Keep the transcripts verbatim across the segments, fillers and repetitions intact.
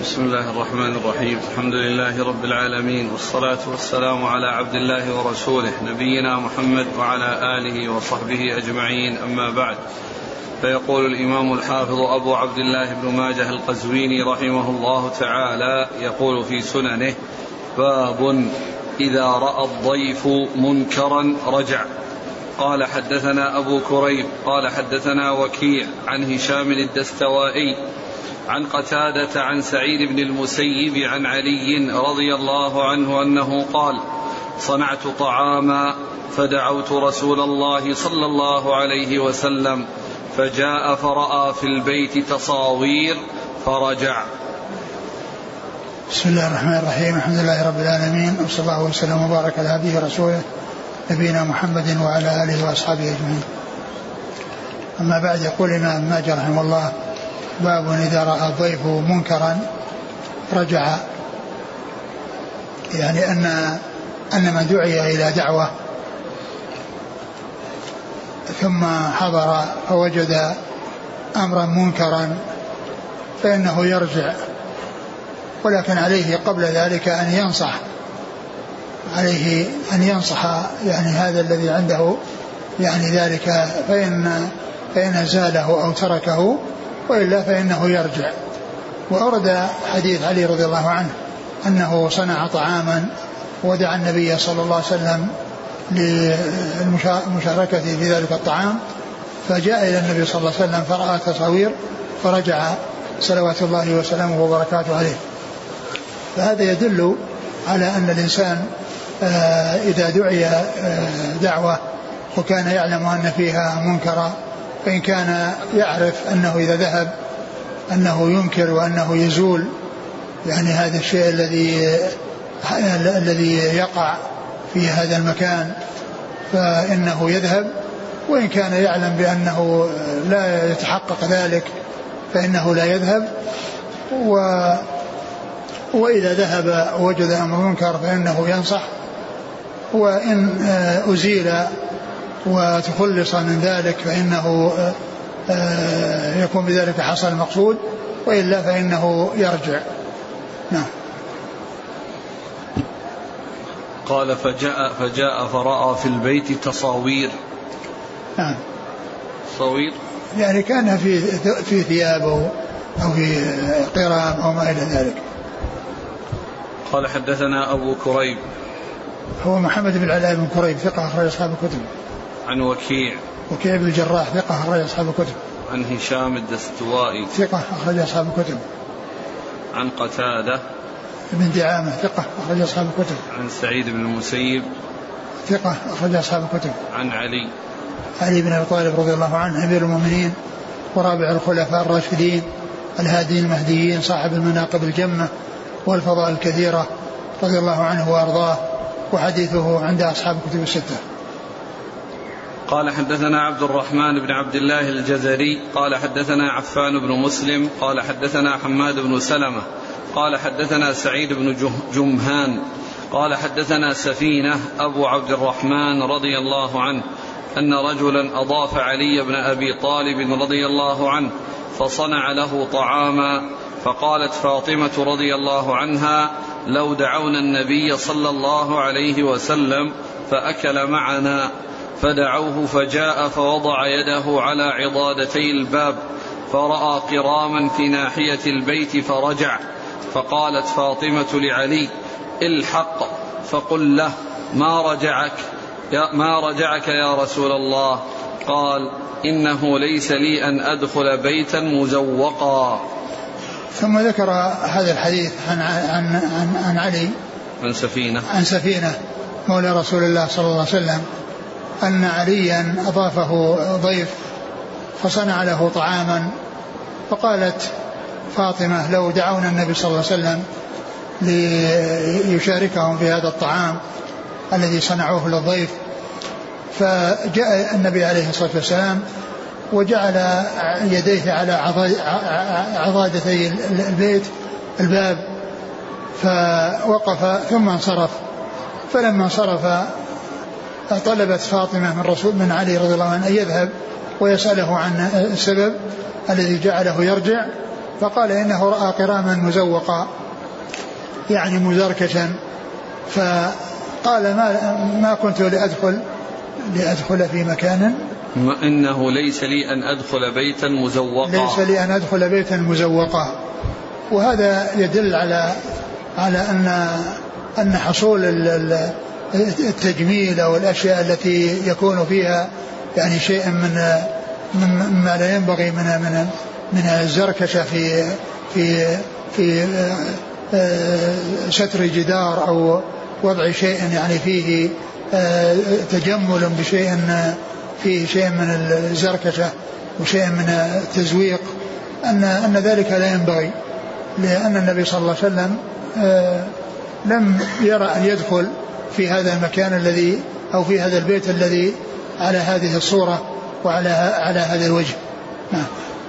بسم الله الرحمن الرحيم. الحمد لله رب العالمين، والصلاة والسلام على عبد الله ورسوله نبينا محمد وعلى آله وصحبه أجمعين، أما بعد. فيقول الإمام الحافظ أبو عبد الله بن ماجه القزويني رحمه الله تعالى يقول في سننه: باب إذا رأى الضيف منكرا رجع. قال حدثنا أبو كريب قال حدثنا وكيع عن هشام الدستوائي عن قتادة عن سعيد بن المسيب عن علي رضي الله عنه أنه قال: صنعت طعاما فدعوت رسول الله صلى الله عليه وسلم فجاء فرأى في البيت تصاوير فرجع. بسم الله الرحمن الرحيم. الحمد لله رب العالمين، وصلى الله وسلم وبارك على عبده ورسوله نبينا محمد وعلى آله وأصحابه أجمعين. أما بعد، يقول الإمام ماجه رحمه الله: باب إذا رأى الضيف منكرا رجع. يعني أن أن من دعي إلى دعوة ثم حضر فوجد أمرا منكرا فإنه يرجع، ولكن عليه قبل ذلك أن ينصح عليه أن ينصح يعني هذا الذي عنده يعني ذلك، فإن فإن زاله أو تركه، وإلا فإنه يرجع. وأورد حديث علي رضي الله عنه أنه صنع طعاما ودعا النبي صلى الله عليه وسلم للمشاركة في ذلك الطعام، فجاء إلى النبي صلى الله عليه وسلم فرأى تصاوير فرجع صلوات الله وسلامه وبركاته عليه. فهذا يدل على أن الإنسان إذا دعي دعوة وكان يعلم أن فيها منكرا، فإن كان يعرف أنه إذا ذهب أنه ينكر وأنه يزول يعني هذا الشيء الذي الذي يقع في هذا المكان، فإنه يذهب. وإن كان يعلم بأنه لا يتحقق ذلك فإنه لا يذهب. و وإذا ذهب ووجد أمر منكر فإنه ينصح، وإن أزيل وتخلص من ذلك فإنه يكون بذلك حصل المقصود، وإلا فإنه يرجع. نعم. قال: فجاء فجاء فرأى في البيت تصاوير. نعم. تصاوير يعني كان في في ثياب أو في قرام أو ما إلى ذلك. قال: حدثنا أبو كريب هو محمد بن العلاء بن كريب ثقة أخرج أصحاب الكتب. عن وكيع وكيع بن الجراح ثقة أخرج أصحاب الكتب. عن هشام الدستوائي ثقة أخرج أصحاب الكتب. عن قتادة بن دعامة ثقة أخرج أصحاب الكتب. عن سعيد بن المسيب ثقة أخرج أصحاب الكتب. عن علي علي بن أبي طالب رضي الله عنه أمير المؤمنين ورابع الخلفاء الراشدين الهاديين المهديين صاحب المناقب الجمة والفضائل الكثيرة رضي الله عنه وأرضاه، وحديثه عند أصحاب الكتب الستة. قال: حدثنا عبد الرحمن بن عبد الله الجزري قال حدثنا عفان بن مسلم قال حدثنا حماد بن سلمة قال حدثنا سعيد بن جمهان قال حدثنا سفينة أبو عبد الرحمن رضي الله عنه أن رجلا أضاف علي بن أبي طالب رضي الله عنه فصنع له طعاما، فقالت فاطمة رضي الله عنها: لو دعونا النبي صلى الله عليه وسلم فأكل معنا. فدعوه فجاء فوضع يده على عضادتي الباب فرأى قراما في ناحية البيت فرجع. فقالت فاطمة لعلي: الحق فقل له ما رجعك يا, ما رجعك يا رسول الله. قال: إنه ليس لي أن أدخل بيتا مزوقا. ثم ذكر هذا الحديث عن, عن, عن, عن علي عن سفينة عن سفينة مولى رسول الله صلى الله عليه وسلم أن عليا أضافه ضيف فصنع له طعاما، فقالت فاطمة: لو دعونا النبي صلى الله عليه وسلم ليشاركهم في هذا الطعام الذي صنعوه للضيف. فجاء النبي عليه الصلاة والسلام وجعل يديه على عضادتي البيت الباب، فوقف ثم انصرف. فلما انصرف طلبت فاطمة من رسول من علي رضي الله عنه أن يذهب ويسأله عن السبب الذي جعله يرجع، فقال إنه رأى قراما مزوقا يعني مزركشا، فقال ما, ما كنت لأدخل لأدخل في مكان إنه ليس لي أن أدخل بيتا مزوقا ليس لي أن أدخل بيتا مزوقا. وهذا يدل على على أن أن حصول التجميل أو الأشياء التي يكون فيها يعني شيء من مما لا ينبغي من من من الزركشة في في في ستر جدار أو وضع شيء يعني فيه تجمل بشيء فيه شيء من الزركشة وشيء من التزويق، أن أن ذلك لا ينبغي، لأن النبي صلى الله عليه وسلم لم يرى أن يدخل في هذا المكان الذي أو في هذا البيت الذي على هذه الصورة وعلى على هذا الوجه. نعم.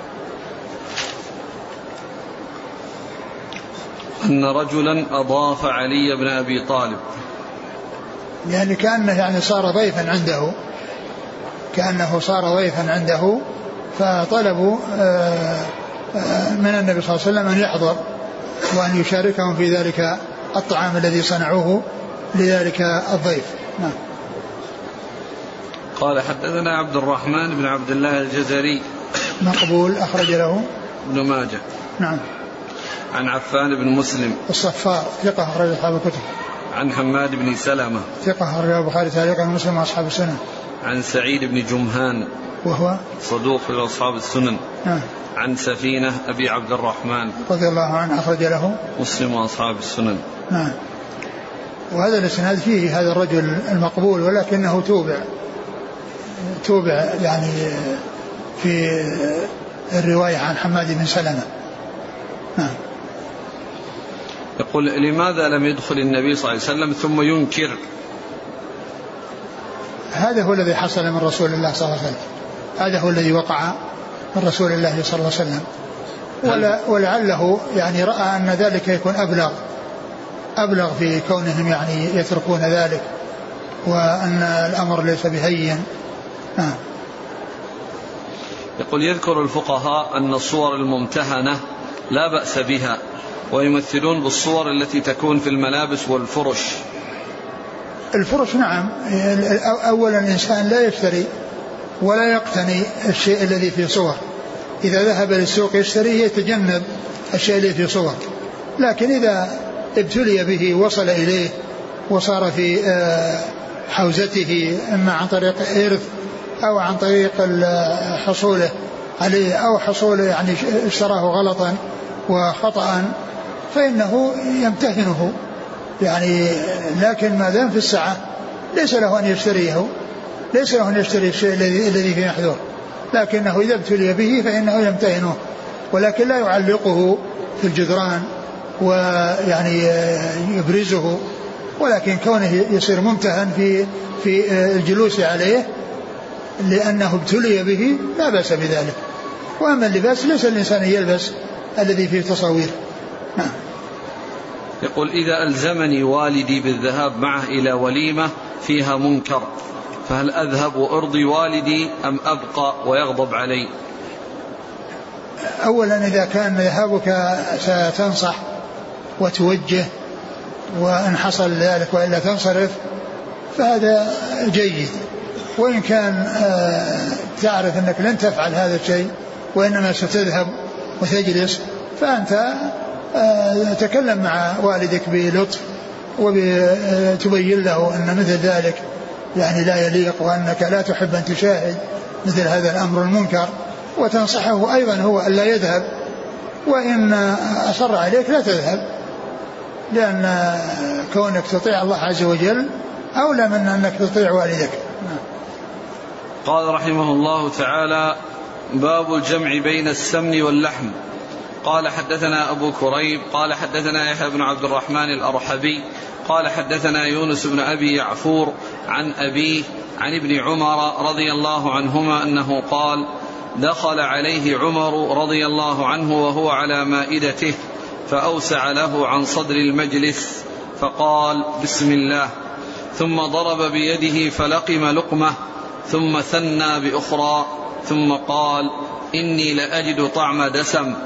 أن رجلا أضاف علي بن أبي طالب، يعني كأنه يعني صار ضيفا عنده كأنه صار ضيفا عنده فطلبوا من النبي صلى الله عليه وسلم أن يحضر وأن يشاركهم في ذلك الطعام الذي صنعوه لذلك الضيف. نعم. قال حدثنا عبد الرحمن بن عبد الله الجزري مقبول أخرج له ابن ماجه. نعم. عن عفان بن مسلم الصفار ثقة أخرج أصحاب الكتب. عن حماد بن سلمة ثقة أخرج البخاري تعليقا ومسلم وأصحاب السنن. عن سعيد بن جمهان وهو صدوق في أصحاب السنن. نعم. عن سفينة أبي عبد الرحمن رضي الله عنه أخرج له مسلم وأصحاب السنن. نعم. وهذا الإسناد فيه هذا الرجل المقبول ولكنه توبع توبع يعني في الرواية عن حماد بن سلمة. نعم. يقول لماذا لم يدخل النبي صلى الله عليه وسلم ثم ينكر؟ هذا هو الذي حصل من رسول الله صلى الله عليه وسلم، هذا هو الذي وقع من رسول الله صلى الله عليه وسلم، ولا ولعله يعني رأى أن ذلك يكون أبلغ أبلغ في كونهم يعني يتركون ذلك وأن الأمر ليس بهين. آه. يقول يذكر الفقهاء أن الصور الممتهنة لا بأس بها ويمثلون بالصور التي تكون في الملابس والفرش. الفرش نعم، أولا الإنسان لا يشتري ولا يقتني الشيء الذي في صور، إذا ذهب للسوق يشتري يتجنب الشيء الذي في صور، لكن إذا ابتلي به وصل إليه وصار في حوزته إما عن طريق إرث أو عن طريق حصوله عليه أو حصوله يعني اشتراه غلطا وخطأ فإنه يمتهنه يعني، لكن ما دام في السعة ليس له أن يشتريه ليس له أن يشتري الشيء الذي الذي فيه محذور، لكنه إذا ابتلي به فإنه يمتهنه، ولكن لا يعلقه في الجدران ويعني يبرزه، ولكن كونه يصير ممتهن في في الجلوس عليه لأنه ابتلي به لا بأس بذلك. وأما اللباس ليس الإنسان يلبس الذي فيه تصوير. نعم. يقول إذا ألزمني والدي بالذهاب معه إلى وليمة فيها منكر فهل أذهب وأرضي والدي أم أبقى ويغضب علي؟ أولا إذا كان ذهابك ستنصح وتوجه وإن حصل ذلك وإلا تنصرف فهذا جيد، وإن كان تعرف أنك لن تفعل هذا الشيء وإنما ستذهب وتجلس فأنت تكلم مع والدك بلطف وتبين له أن مثل ذلك يعني لا يليق وأنك لا تحب أن تشاهد مثل هذا الأمر المنكر، وتنصحه أيضا هو أن لا يذهب، وإن أصر عليك لا تذهب، لأن كونك تطيع الله عز وجل أولى من أنك تطيع والدك. قال رحمه الله تعالى باب الجمع بين السمن واللحم. قال حدثنا أبو كريب قال حدثنا يحيى بن عبد الرحمن الأرحبي قال حدثنا يونس بن أبي يعفور عن أبيه عن ابن عمر رضي الله عنهما أنه قال دخل عليه عمر رضي الله عنه وهو على مائدته فأوسع له عن صدر المجلس فقال بسم الله، ثم ضرب بيده فلقم لقمة ثم ثنى بأخرى ثم قال إني لأجد طعم دسم،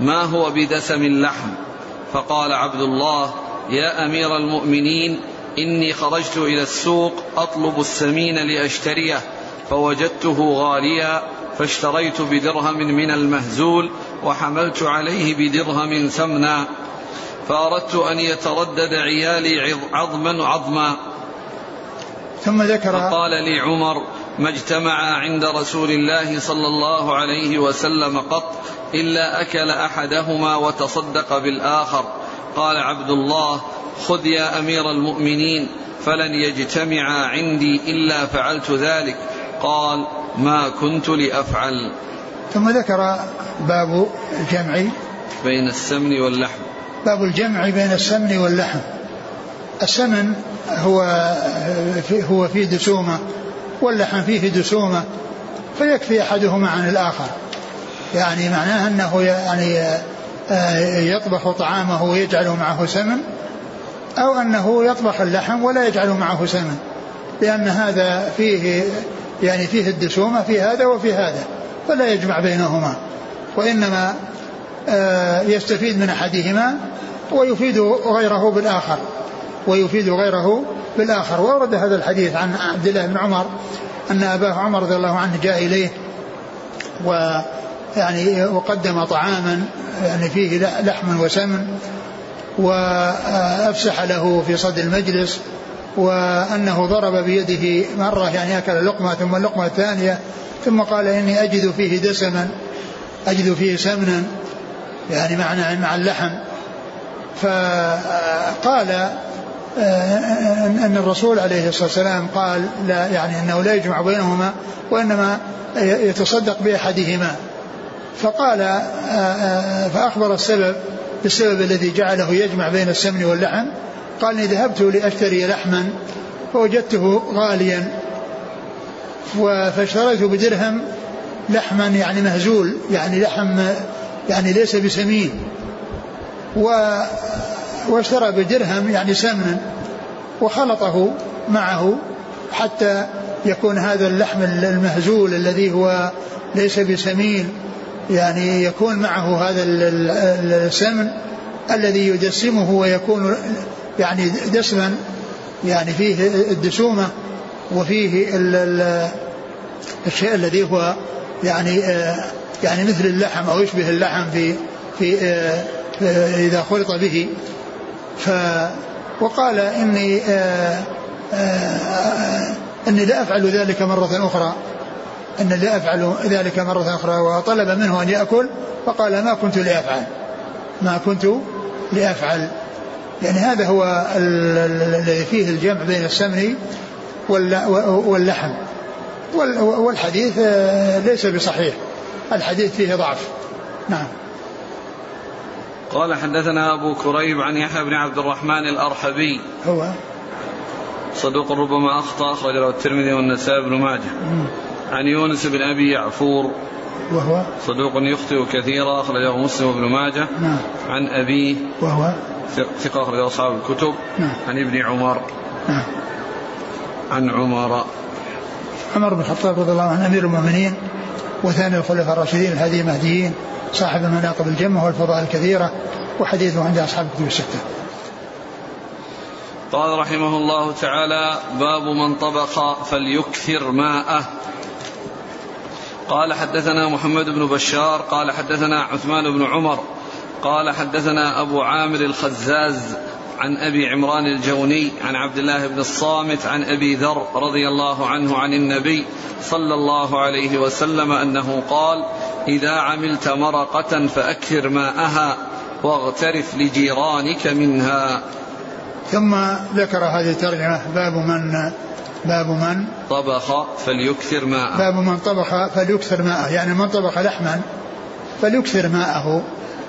ما هو بدسم اللحم؟ فقال عبد الله: يا أمير المؤمنين، إني خرجت إلى السوق أطلب السمين لأشتريه فوجدته غاليا، فاشتريت بدرهم من المهزول وحملت عليه بدرهم ثمنا، فأردت أن يتردد عيالي عظما عظما. ثم ذكر فقال لي عمر: ما اجتمع عند رسول الله صلى الله عليه وسلم قط إلا أكل أحدهما وتصدق بالآخر. قال عبد الله: خذ يا أمير المؤمنين، فلن يجتمع عندي إلا فعلت ذلك. قال: ما كنت لأفعل. ثم ذكر باب الجمع بين السمن واللحم. باب الجمع بين السمن واللحم. السمن هو هو فيه دسومة واللحم فيه دسومة، فيكفي أحدهما عن الآخر، يعني معناه أنه يعني يطبخ طعامه ويجعل معه سمن، أو أنه يطبخ اللحم ولا يجعل معه سمن، لأن هذا فيه يعني فيه الدسومة في هذا وفي هذا، فلا يجمع بينهما، وإنما يستفيد من أحدهما ويفيد غيره بالآخر ويفيد غيره بالآخر. وورد هذا الحديث عن عبد الله بن عمر أن أباه عمر رضي الله عنه جاء إليه ويعني وقدم طعاما يعني فيه لحم وسمن، وأفسح له في صد المجلس، وأنه ضرب بيده مرة يعني أكل لقمة ثم اللقمة الثانية، ثم قال: إني أجد فيه دسما، أجد فيه سمنا، يعني معنى مع اللحم. فقال أن الرسول عليه الصلاة والسلام قال لا، يعني أنه لا يجمع بينهما وإنما يتصدق بأحدهما. فقال فأخبر السبب بالسبب الذي جعله يجمع بين السمن واللحم. قال: إني ذهبت لأشتري لحما فوجدته غاليا، فاشتريت بدرهم لحما يعني مهزول، يعني لحم يعني ليس بسمين، واشترى بدرهم يعني سمنا وخلطه معه حتى يكون هذا اللحم المهزول الذي هو ليس بسمين يعني يكون معه هذا السمن الذي يدسمه ويكون يعني دسما يعني فيه الدسومة وفيه الشيء الذي هو يعني يعني مثل اللحم أو يشبه اللحم في في إذا خلط به. ف وقال: إني آآ آآ إني لا أفعل ذلك مرة أخرى، إني لا أفعل ذلك مرة أخرى. وطلب منه أن يأكل، فقال: ما كنت لأفعل ما كنت لأفعل يعني هذا هو الذي فيه الجمع بين السمن واللحم. والحديث ليس بصحيح، الحديث فيه ضعف. نعم. قال: حدثنا أبو كريب عن يحيى بن عبد الرحمن الأرحبي، هو صدوق ربما أخطأ، أخرج له الترمذي والنسائي بن ماجه. عن يونس بن أبي يعفور، وهو صدوق يخطئ كثيرا، أخرجه مسلم وابن ماجه. نعم. عن أبيه، وهو ثقة، أخرجه أصحاب الكتب. نعم. عن ابن عمر. نعم. عن عمر عمر بن الخطاب رضي الله عنه أمير المؤمنين وثاني الخلفاء الراشدين الهادي المهديين، صاحب المناقب الجمة والفضائل الكثيرة، وحديثه عند أصحاب الكتب الستة. قال رحمه الله تعالى: باب من طبخ فليكثر ماءه. قال: حدثنا محمد بن بشار قال حدثنا عثمان بن عمر قال حدثنا أبو عامر الخزاز عن أبي عمران الجوني عن عبد الله بن الصامت عن أبي ذر رضي الله عنه عن النبي صلى الله عليه وسلم أنه قال: إذا عملت مرقة فأكثر ماءها واغترف لجيرانك منها. ثم ذكر هذه الترجمة: باب من باب من طبخ فليكثر ماءه. باب من طبخ فليكثر ماءه، يعني من طبخ لحما فليكثر ماءه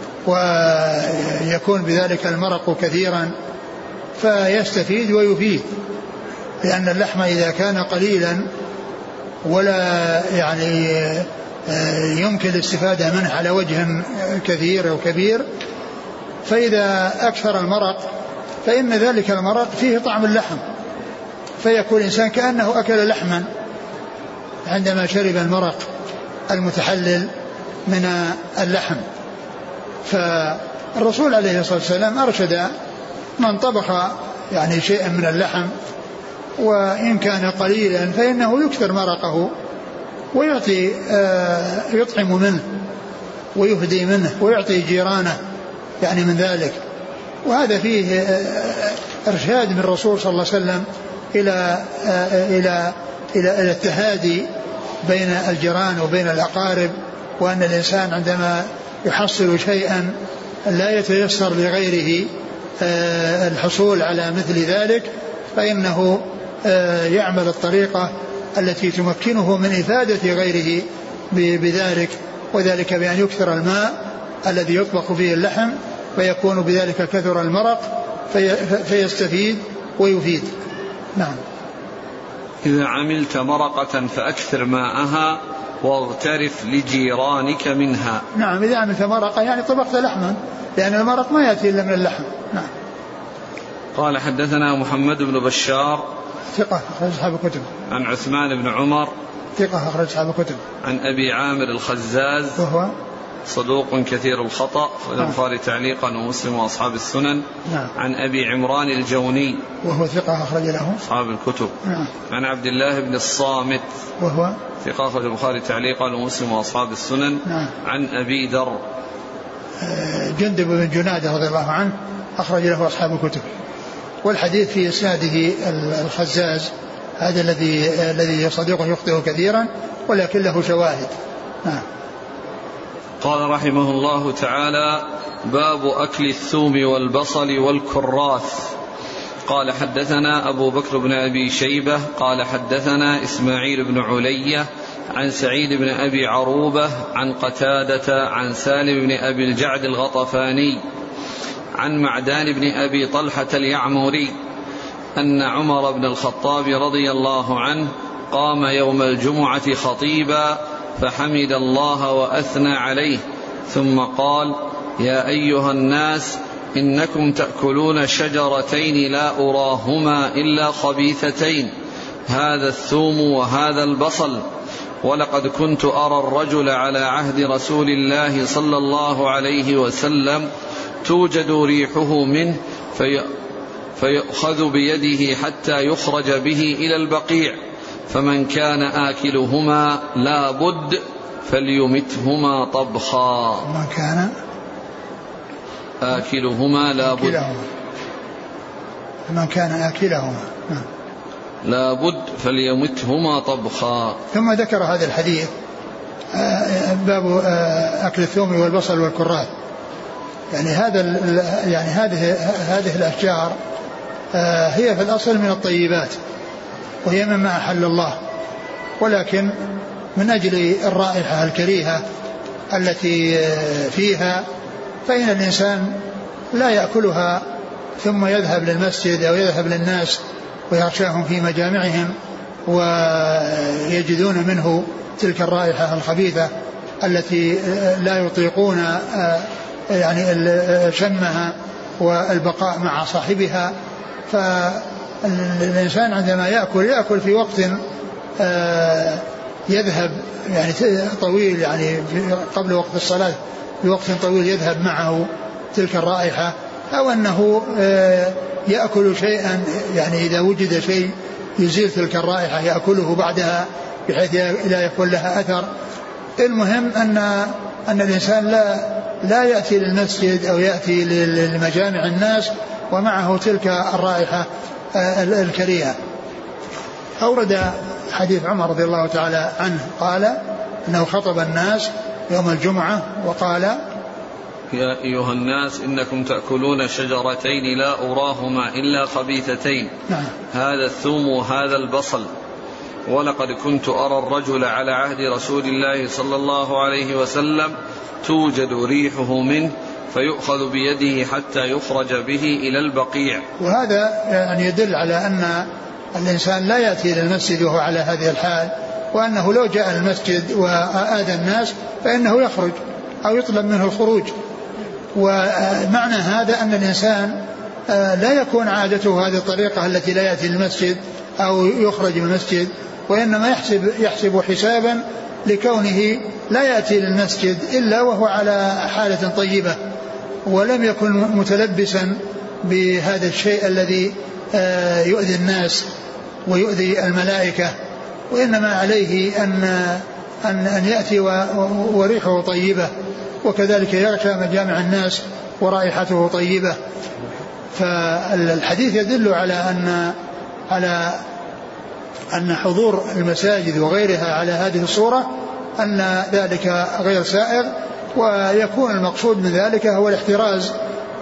ويكون بذلك المرق كثيرا فيستفيد ويفيد، لأن اللحم إذا كان قليلا ولا يعني يمكن الاستفادة منه على وجه كثير أو كبير، فإذا أكثر المرق فإن ذلك المرق فيه طعم اللحم، فيكون الإنسان كأنه أكل لحما عندما شرب المرق المتحلل من اللحم. فالرسول عليه الصلاة والسلام أرشد من طبخ يعني شيئا من اللحم وإن كان قليلا فإنه يكثر مرقه ويعطي يطعم منه ويهدي منه ويعطي جيرانه يعني من ذلك. وهذا فيه إرشاد من الرسول صلى الله عليه وسلم إلى إلى إلى, إلى التهادي بين الجيران وبين الأقارب، وأن الإنسان عندما يحصل شيئا لا يتيسر لغيره الحصول على مثل ذلك فإنه يعمل الطريقة التي تمكنه من إفادة غيره بذلك، وذلك بأن يكثر الماء الذي يطبخ فيه اللحم فيكون بذلك كثر المرق في فيستفيد ويفيد. نعم. إذا عملت مرقة فأكثر ماءها واغترف لجيرانك منها. نعم، إذا عملت مرقة يعني طبخت لحما، لأن المرق ما يأتي إلا من اللحم. نعم. قال حدثنا محمد بن بشار ثقة أخرج أصحاب الكتب. عن عثمان بن عمر ثقة أخرج أصحاب الكتب. عن أبي عامر الخزاز وهو صدوق كثير الخطأ والبخاري تعليقا ومسلم وأصحاب السنن. نعم. عن أبي عمران الجوني وهو ثقة أخرج له أصحاب الكتب. نعم. عن عبد الله بن الصامت وهو ثقة أخرج البخاري تعليقا ومسلم وأصحاب السنن. نعم. عن أبي ذر جندب بن جنادة رضي الله عنه أخرج له أصحاب الكتب. والحديث في إسناده الخزاز هذا الذي الذي صديقه يخطئ كثيرا ولكن له شواهد. نعم. قال رحمه الله تعالى: باب أكل الثوم والبصل والكراث. قال حدثنا أبو بكر بن أبي شيبة قال حدثنا إسماعيل بن علية عن سعيد بن أبي عروبة عن قتادة عن سالم بن أبي الجعد الغطفاني عن معدان بن أبي طلحة اليعموري أن عمر بن الخطاب رضي الله عنه قام يوم الجمعة خطيبا فحمد الله وأثنى عليه ثم قال: يا أيها الناس إنكم تأكلون شجرتين لا أراهما إلا خبيثتين، هذا الثوم وهذا البصل، ولقد كنت أرى الرجل على عهد رسول الله صلى الله عليه وسلم توجد ريحه منه في فيؤخذ بيده حتى يخرج به إلى البقيع، فمن كان آكلهما لا بد فليمتهما طبخا. من كان آكلهما لا بد من كان آكلهما لا بد فليمتهما طبخا. ثم ذكر هذا الحديث باب أكل الثوم والبصل والكراث. يعني هذا يعني هذه هذه الأشجار هي في الأصل من الطيبات وهي مما أحل الله، ولكن من أجل الرائحة الكريهة التي فيها فإن الإنسان لا يأكلها ثم يذهب للمسجد أو يذهب للناس ويغشاهم في مجامعهم ويجدون منه تلك الرائحة الخبيثة التي لا يطيقون يعني شمها والبقاء مع صاحبها. فالإنسان عندما يأكل يأكل في وقت يذهب يعني طويل، يعني قبل وقت الصلاة بوقت طويل يذهب معه تلك الرائحة، أو أنه يأكل شيئا يعني إذا وجد شيء يزيل تلك الرائحة يأكله بعدها بحيث لا يكون لها أثر. المهم أن أن الإنسان لا لا يأتي للمسجد أو يأتي لمجامع الناس ومعه تلك الرائحة الكريهة. أورد حديث عمر رضي الله تعالى عنه قال أنه خطب الناس يوم الجمعة وقال: يا أيها الناس إنكم تأكلون شجرتين لا أراهما إلا خبيثتين، نعم. هذا الثوم وهذا البصل، ولقد كنت أرى الرجل على عهد رسول الله صلى الله عليه وسلم توجد ريحه منه فيؤخذ بيده حتى يخرج به إلى البقيع. وهذا يعني يدل على أن الإنسان لا يأتي إلى المسجد وهو على هذه الحال، وأنه لو جاء المسجد وآذى الناس فإنه يخرج أو يطلب منه الخروج. ومعنى هذا أن الإنسان لا يكون عادته هذه الطريقة التي لا يأتي للمسجد أو يخرج من المسجد، وإنما يحسب, يحسب حسابا لكونه لا يأتي للمسجد إلا وهو على حالة طيبة ولم يكن متلبسا بهذا الشيء الذي يؤذي الناس ويؤذي الملائكة، وإنما عليه أن أن أن يأتي وريحه طيبة، وكذلك يغشى مجامع الناس ورائحته طيبة. فالحديث يدل على أن على أن حضور المساجد وغيرها على هذه الصورة أن ذلك غير سائغ، ويكون المقصود من ذلك هو الاحتراز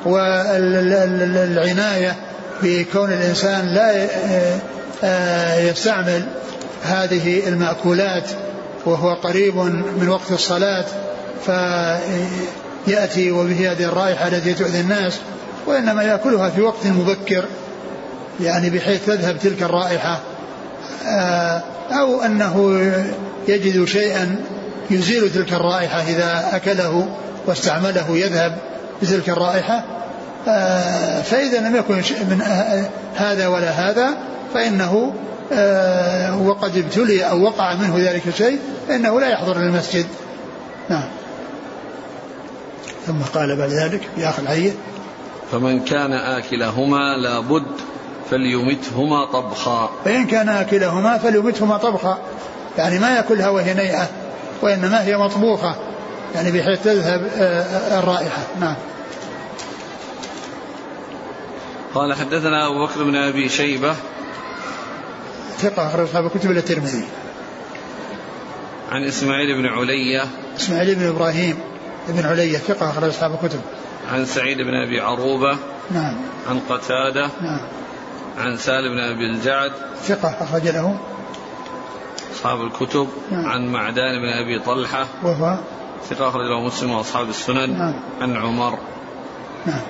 والعناية بكون الإنسان لا يستعمل هذه المأكولات وهو قريب من وقت الصلاة فيأتي وبه هذه الرائحة التي تؤذي الناس، وإنما يأكلها في وقت مبكر يعني بحيث تذهب تلك الرائحة، أو أنه يجد شيئا يزيل تلك الرائحة إذا أكله واستعمله يذهب بتلك الرائحة. فإذا لم يكن من هذا ولا هذا فإنه وقد ابتلي أو وقع منه ذلك الشيء فإنه لا يحضر المسجد. نعم. ثم قال بعد ذلك في آخر الآية: فمن كان آكلهما لابد فليمتهما طبخا. فإن كان آكلهما فليمتهما طبخا، يعني ما يأكلها وهي نيئة وإنما هي مطبوخة، يعني بحيث تذهب الرائحة. نعم. قال حدثنا أبو بكر بن أبي شيبة ثقة أخرج أصحاب الكتب إلا الترمذي. عن إسماعيل بن علية إسماعيل بن إبراهيم بن علية ثقة أخرج أصحاب الكتب. عن سعيد بن أبي عروبة نعم. عن قتادة نعم. عن سالم بن أبي الجعد ثقة أخرج له أصحاب الكتب. نعم. عن معدان بن أبي طلحة وهو ثقة أخرج له مسلم وأصحاب السنن. نعم. عن عمر. نعم.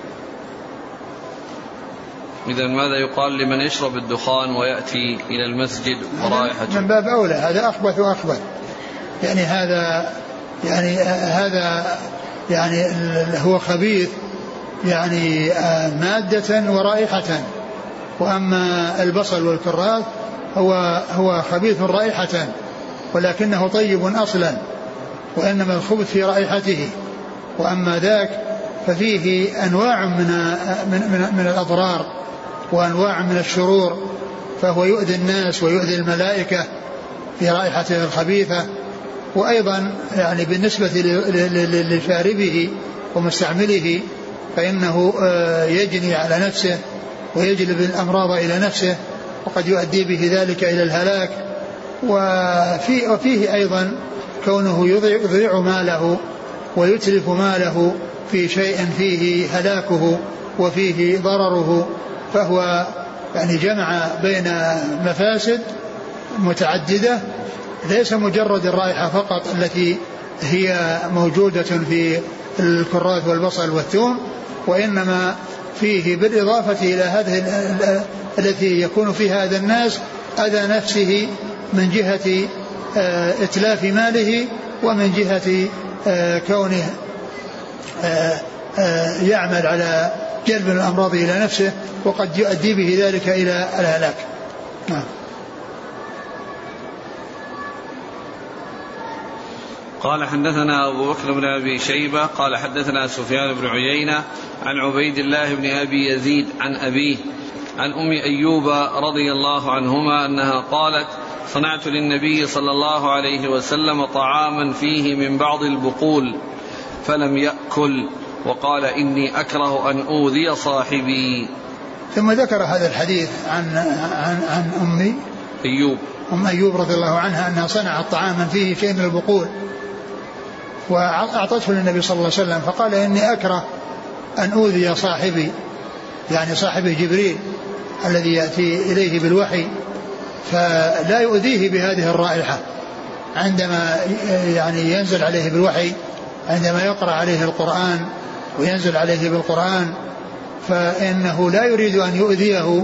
إذن ماذا يقال لمن يشرب الدخان ويأتي إلى المسجد ورائحته؟ من باب أولى، هذا أخبث وأخبث، يعني هذا يعني هذا يعني هو خبيث يعني مادة ورائحة، وأما البصل والكراث هو هو خبيث رائحة ولكنه طيب أصلا، وإنما الخبث في رائحته، وأما ذاك ففيه أنواع من من من, من الأضرار وأنواع من الشرور، فهو يؤذي الناس ويؤذي الملائكة في رائحته الخبيثة. وأيضا يعني بالنسبة لشاربه ومستعمله فإنه يجني على نفسه ويجلب الأمراض إلى نفسه، وقد يؤدي به ذلك إلى الهلاك. وفي وفيه أيضا كونه يضيع ماله ويتلف ماله في شيء فيه هلاكه وفيه ضرره، فهو يعني جمع بين مفاسد متعددة، ليس مجرد الرائحة فقط التي هي موجودة في الكراث والبصل والثوم، وإنما فيه بالإضافة إلى هذه التي يكون فيها أذى الناس أذى نفسه من جهة إتلاف ماله ومن جهة كونه يعمل على جلب الأمراض إلى نفسه، وقد يؤدي به ذلك إلى الهلاك. نعم. قال حدثنا أبو بكر بن أبي شيبة قال حدثنا سفيان بن عيينة عن عبيد الله بن أبي يزيد عن أبيه عن أم أيوب رضي الله عنهما أنها قالت: صنعت للنبي صلى الله عليه وسلم طعاما فيه من بعض البقول فلم يأكل، وقال: إني أكره أن أوذي صاحبي. ثم ذكر هذا الحديث عن عن عن أم أيوب أم أيوب رضي الله عنها أنها صنعت طعاما فيه شيء من البقول وأعطته للنبي صلى الله عليه وسلم، فقال: إني أكره أن أوذي صاحبي، يعني صاحبه جبريل الذي يأتي إليه بالوحي، فلا يؤذيه بهذه الرائحة عندما يعني ينزل عليه بالوحي، عندما يقرأ عليه القرآن وينزل عليه بالقرآن، فإنه لا يريد أن يؤذيه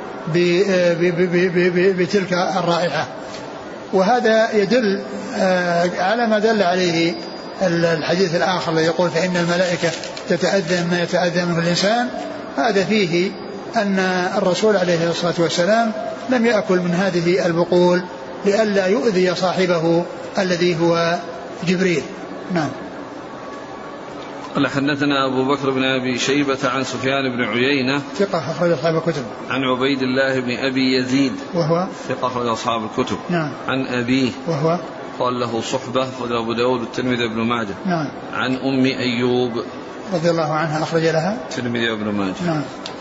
بتلك الرائحة. وهذا يدل على ما دل عليه الحديث الآخر الذي يقول: فإن الملائكة تتأذى مما يتأذى منه الإنسان. هذا فيه أن الرسول عليه الصلاة والسلام لم يأكل من هذه البقول لئلا يؤذي صاحبه الذي هو جبريل. نعم. قال حدثنا أبو بكر بن أبي شيبة عن سفيان بن عيينة ثقة أخرج أصحاب الكتب. عن عبيد الله بن أبي يزيد وهو ثقة أخرج أصحاب الكتب. نعم. عن أبيه وهو قال له صحبة أخرج أبو داود والترمذي بن ماجه. نعم. عن أم أيوب رضي الله عنها أخرج لها الترمذي بن ماجه. نعم.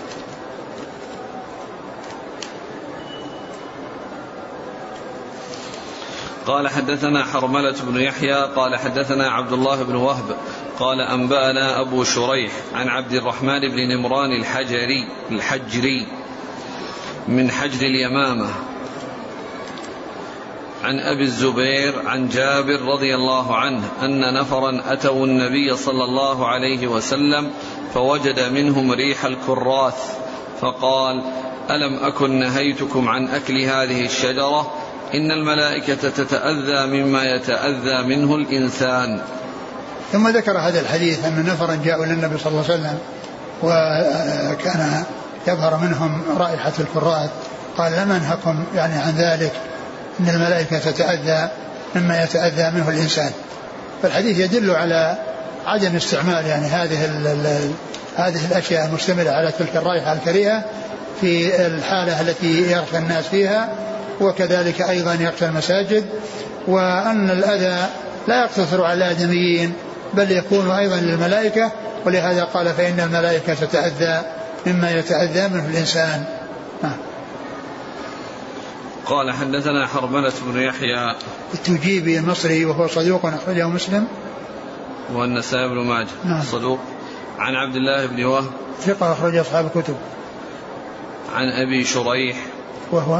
قال حدثنا حرملة بن يحيى قال حدثنا عبد الله بن وهب قال أنبأنا أبو شريح عن عبد الرحمن بن نمران الحجري الحجري من حجر اليمامة عن أبي الزبير عن جابر رضي الله عنه أن نفرا أتوا النبي صلى الله عليه وسلم فوجد منهم ريح الكراث فقال ألم أكن نهيتكم عن أكل هذه الشجرة إن الملائكة تتأذى مما يتأذى منه الإنسان. ثم ذكر هذا الحديث أن نفرا جاءوا للنبي صلى الله عليه وسلم وكان يظهر منهم رائحة الكراث قال لم أنهكم يعني عن ذلك إن الملائكة تتأذى مما يتأذى منه الإنسان. فالحديث يدل على عدم استعمال يعني هذه هذه الأشياء المشتملة على تلك الرائحة الكريهة في الحالة التي يغشى الناس فيها وكذلك أيضا يغشى المساجد وأن الأذى لا يقتصر على الآدميين بل يكون أيضا للملائكة ولهذا قال فإن الملائكة تتأذى مما يتأذى منه الإنسان. قال حدثنا حرملة بن يحيى التجيبي المصري وهو صدوق أخرجه مسلم والنسائي بن ماجه. نعم. صدوق. عن عبد الله بن وهب ثقة أخرج أصحاب الكتب. عن أبي شريح وهو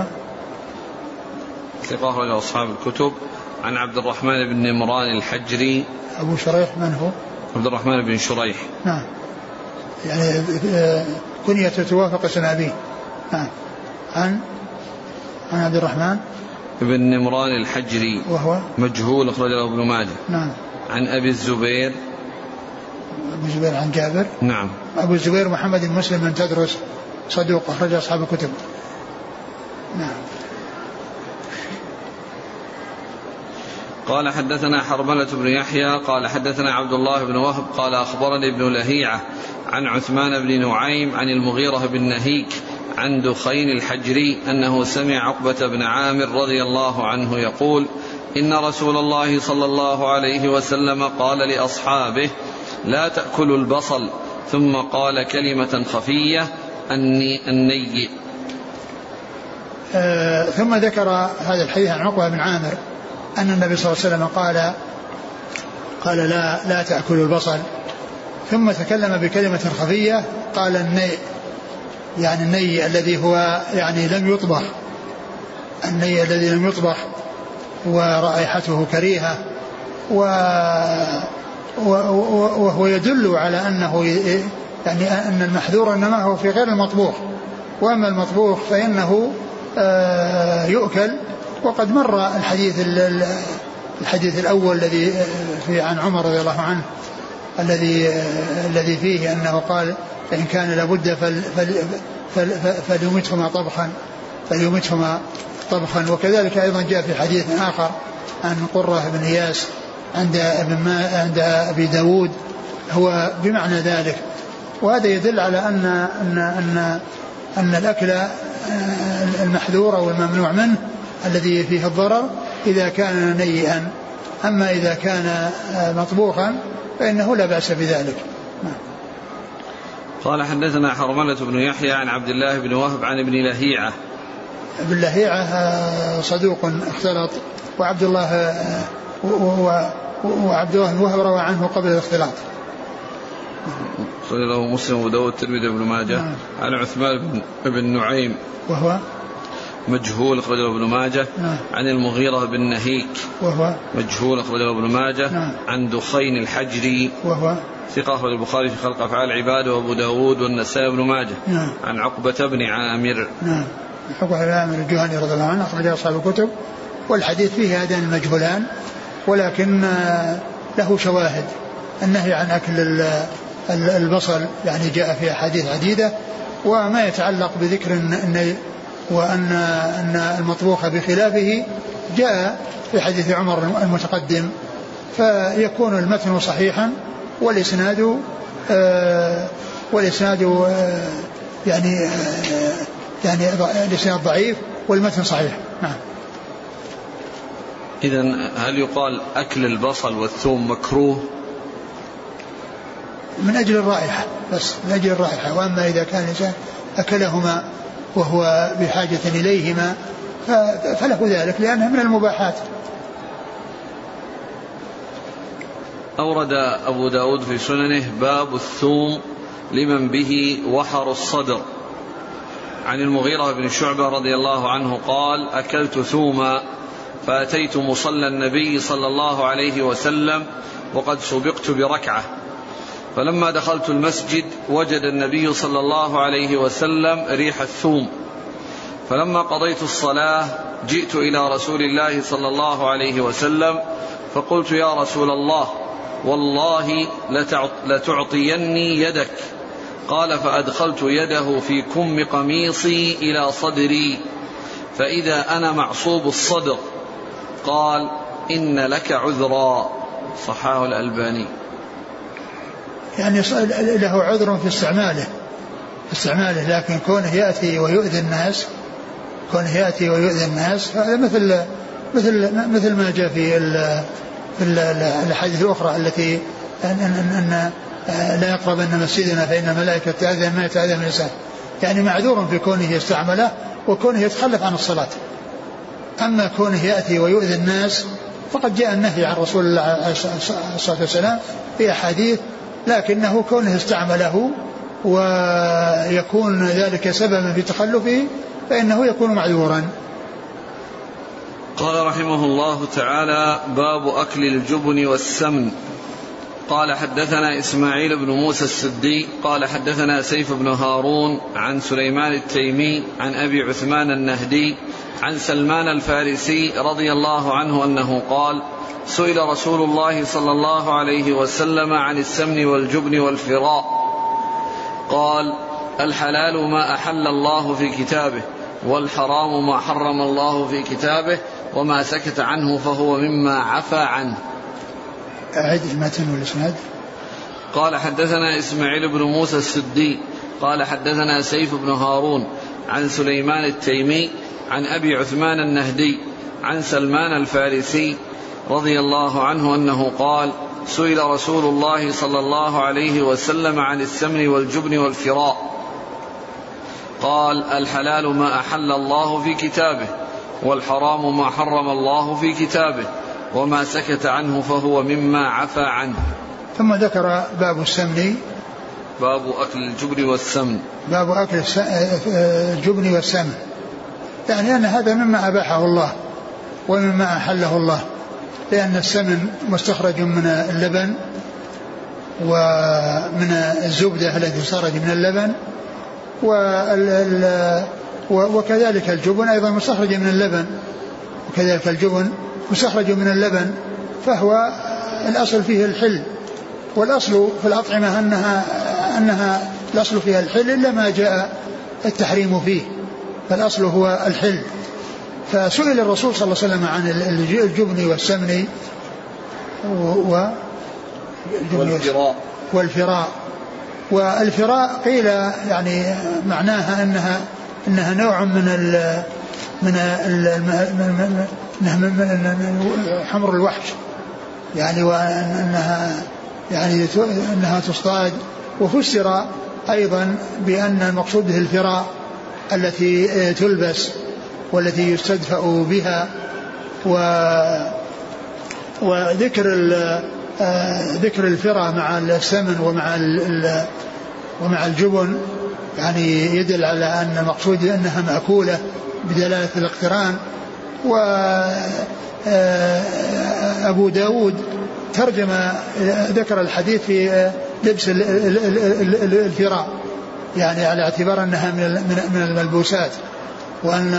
ثقة أخرج أصحاب الكتب. عن عبد الرحمن بن نمران الحجري. أبو شريح من هو؟ عبد الرحمن بن شريح. نعم. يعني كنية توافق اسم أبيه. نعم. عن عن عبد الرحمن بن نمران الحجري وهو مجهول أخرج له ابن ماجه. نعم. عن أبي الزبير أبو الزبير عن جابر. نعم. أبو الزبير محمد بن مسلم بن تدرس صدوق أخرج أصحاب الكتب. نعم. قال حدثنا حرملة بن يحيى قال حدثنا عبد الله بن وهب قال أخبرني ابن لهيعة عن عثمان بن نعيم عن المغيرة بن نهيك عن دخين الحجري أنه سمع عقبة بن عامر رضي الله عنه يقول إن رسول الله صلى الله عليه وسلم قال لأصحابه لا تأكلوا البصل ثم قال كلمة خفية أني الني. آه ثم ذكر هذا الحديث عن عقبة بن عامر أن النبي صلى الله عليه وسلم قال قال لا لا تأكلوا البصل ثم تكلم بكلمة خفية قال الني يعني الني الذي هو يعني لم يطبخ الني الذي لم يطبخ ورائحته كريهة وهو يدل على أنه يعني أن المحذور إنما هو في غير المطبوخ وأما المطبوخ فإنه يؤكل. وقد مر الحديث الحديث الأول الذي في عن عمر رضي الله عنه الذي الذي فيه أنه قال فإن كان لابد فليمتهما طبخا فليمتهما طبخا. وكذلك أيضا جاء في حديث آخر عن قرة بن إياس عند عند أبي داود هو بمعنى ذلك. وهذا يدل على أن أن أن أن الأكل المحذور والممنوع منه الذي فيه الضرر إذا كان نيئا أما إذا كان مطبوخا فإنه لا بأس بذلك. قال حدثنا حرملة بن يحيى عن عبد الله بن وهب عن ابن لهيعة. ابن لهيعة صدوق اختلط وعبد الله وعبد الله بن وهب روى عنه قبل الاختلاط. صلى له مسلم وداود الترمذي بن ماجه. نعم. عن عثمان بن نعيم وهو مجهول أخرجه ابن ماجه. نعم. عن المغيرة بن نهيك وهو مجهول أخرجه ابن ماجه. نعم. عن دخين الحجري وهو ثقة أخرج البخاري في خلق أفعال العباد وأبو داود والنسائي بن ماجه. نعم. عن عقبة بن عامر. نعم. عقبة بن عامر الجهني رضي الله عنه أخرج أصحاب الكتب. والحديث فيه هذان المجهولان ولكن له شواهد. النهي عن أكل البصل يعني جاء في أحاديث عديدة وما يتعلق بذكر النهي وأن أن المطبوخ بخلافه جاء في حديث عمر المتقدم فيكون المتن صحيحا والإسناد آه والإسناد آه يعني آه يعني الإسناد ضعيف والمتن صحيح. نعم. إذن هل يقال أكل البصل والثوم مكروه؟ من أجل الرائحة بس، من أجل الرائحة. وأما إذا كان الإنسان أكلهما وهو بحاجة إليهما فله ذلك لأنها من المباحات. أورد أبو داود في سننه باب الثوم لمن به وحر الصدر. عن المغيرة بن شعبة رضي الله عنه قال: أكلت ثوما فأتيت مصلى النبي صلى الله عليه وسلم وقد سبقت بركعة، فلما دخلت المسجد وجد النبي صلى الله عليه وسلم ريح الثوم، فلما قضيت الصلاة جئت إلى رسول الله صلى الله عليه وسلم فقلت: يا رسول الله، والله لتعطيني يدك. قال: فأدخلت يده في كم قميصي إلى صدري فإذا أنا معصوب الصدر. قال: إن لك عذرا. صححه الألباني. يعني له عذر في استعماله في استعماله لكن كونه يأتي ويؤذي الناس كونه يأتي ويؤذي الناس هذا مثل مثل مثل ما جاء في في الأحاديث الأخرى التي أن, أن, أن لا يقربن مسجدنا فإن الملائكة تأذن ما يتأذن من الإنسان. يعني معذور في كونه يستعمله وكونه يتخلف عن الصلاة. أما كونه يأتي ويؤذي الناس فقد جاء النهي عن رسول الله عليه الصلاة والسلام في أحاديث، لكنه كونه استعمله ويكون ذلك سببا في تخلفه فإنه يكون معذورا. قال رحمه الله تعالى: باب أكل الجبن والسمن. قال: حدثنا إسماعيل بن موسى السدي قال حدثنا سيف بن هارون عن سليمان التيمي عن أبي عثمان النهدي عن سلمان الفارسي رضي الله عنه أنه قال: سئل رسول الله صلى الله عليه وسلم عن السمن والجبن والفراء، قال: الحلال ما أحل الله في كتابه، والحرام ما حرم الله في كتابه، وما سكت عنه فهو مما عفى عنه. أعد المتن والإسناد. قال: حدثنا إسماعيل بن موسى السدي قال حدثنا سيف بن هارون عن سليمان التيمي عن أبي عثمان النهدي عن سلمان الفارسي رضي الله عنه أنه قال: سئل رسول الله صلى الله عليه وسلم عن السمن والجبن والفراء، قال: الحلال ما أحل الله في كتابه، والحرام ما حرم الله في كتابه، وما سكت عنه فهو مما عفى عنه. ثم ذكر باب السمن، باب أكل الجبن والسمن، باب أكل الجبن والسمن، يعني أن هذا مما أباحه الله ومما أحله الله، لأن السمن مستخرج من اللبن ومن الزبدة التي تخرج من اللبن، وكذلك الجبن أيضا مستخرج من اللبن وكذلك الجبن مستخرج من اللبن، فهو الأصل فيه الحل، والأصل في الأطعمة أنها, أنها الأصل فيها الحل إلا ما جاء التحريم فيه، فالأصل هو الحل. فسئل الرسول صلى الله عليه وسلم عن الجبن والسمن والفراء والفراء والفراء قيل يعني معناها أنها أنها نوع من ال من ال من حمر الوحش، يعني وأنها يعني أنها تصطاد. وفسر أيضا بأن المقصود به الفراء التي تلبس والتي يستدفأ بها. و وذكر ذكر الفراء مع السمن ومع ومع الجبن يعني يدل على أن المقصود أنها مأكولة بدلالة الاقتران. وأبو داود ترجم ذكر الحديث في لبس الفراء، يعني على اعتبار أنها من الملبوسات، وأن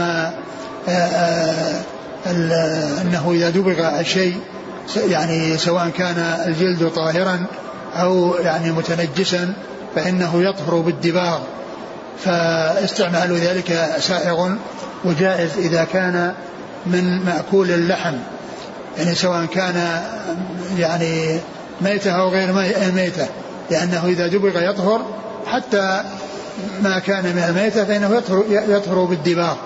أنه إذا دبغ الشيء يعني سواء كان الجلد طاهرا أو يعني متنجسا فإنه يطهر بالدباغ، فاستعمال ذلك سائغ وجائز إذا كان من مأكول اللحم، يعني سواء كان يعني ميتة أو غير ميتة، لأنه إذا دبغ يطهر حتى ما كان من الميتة فإنه يطهر, يطهر بالدباغ.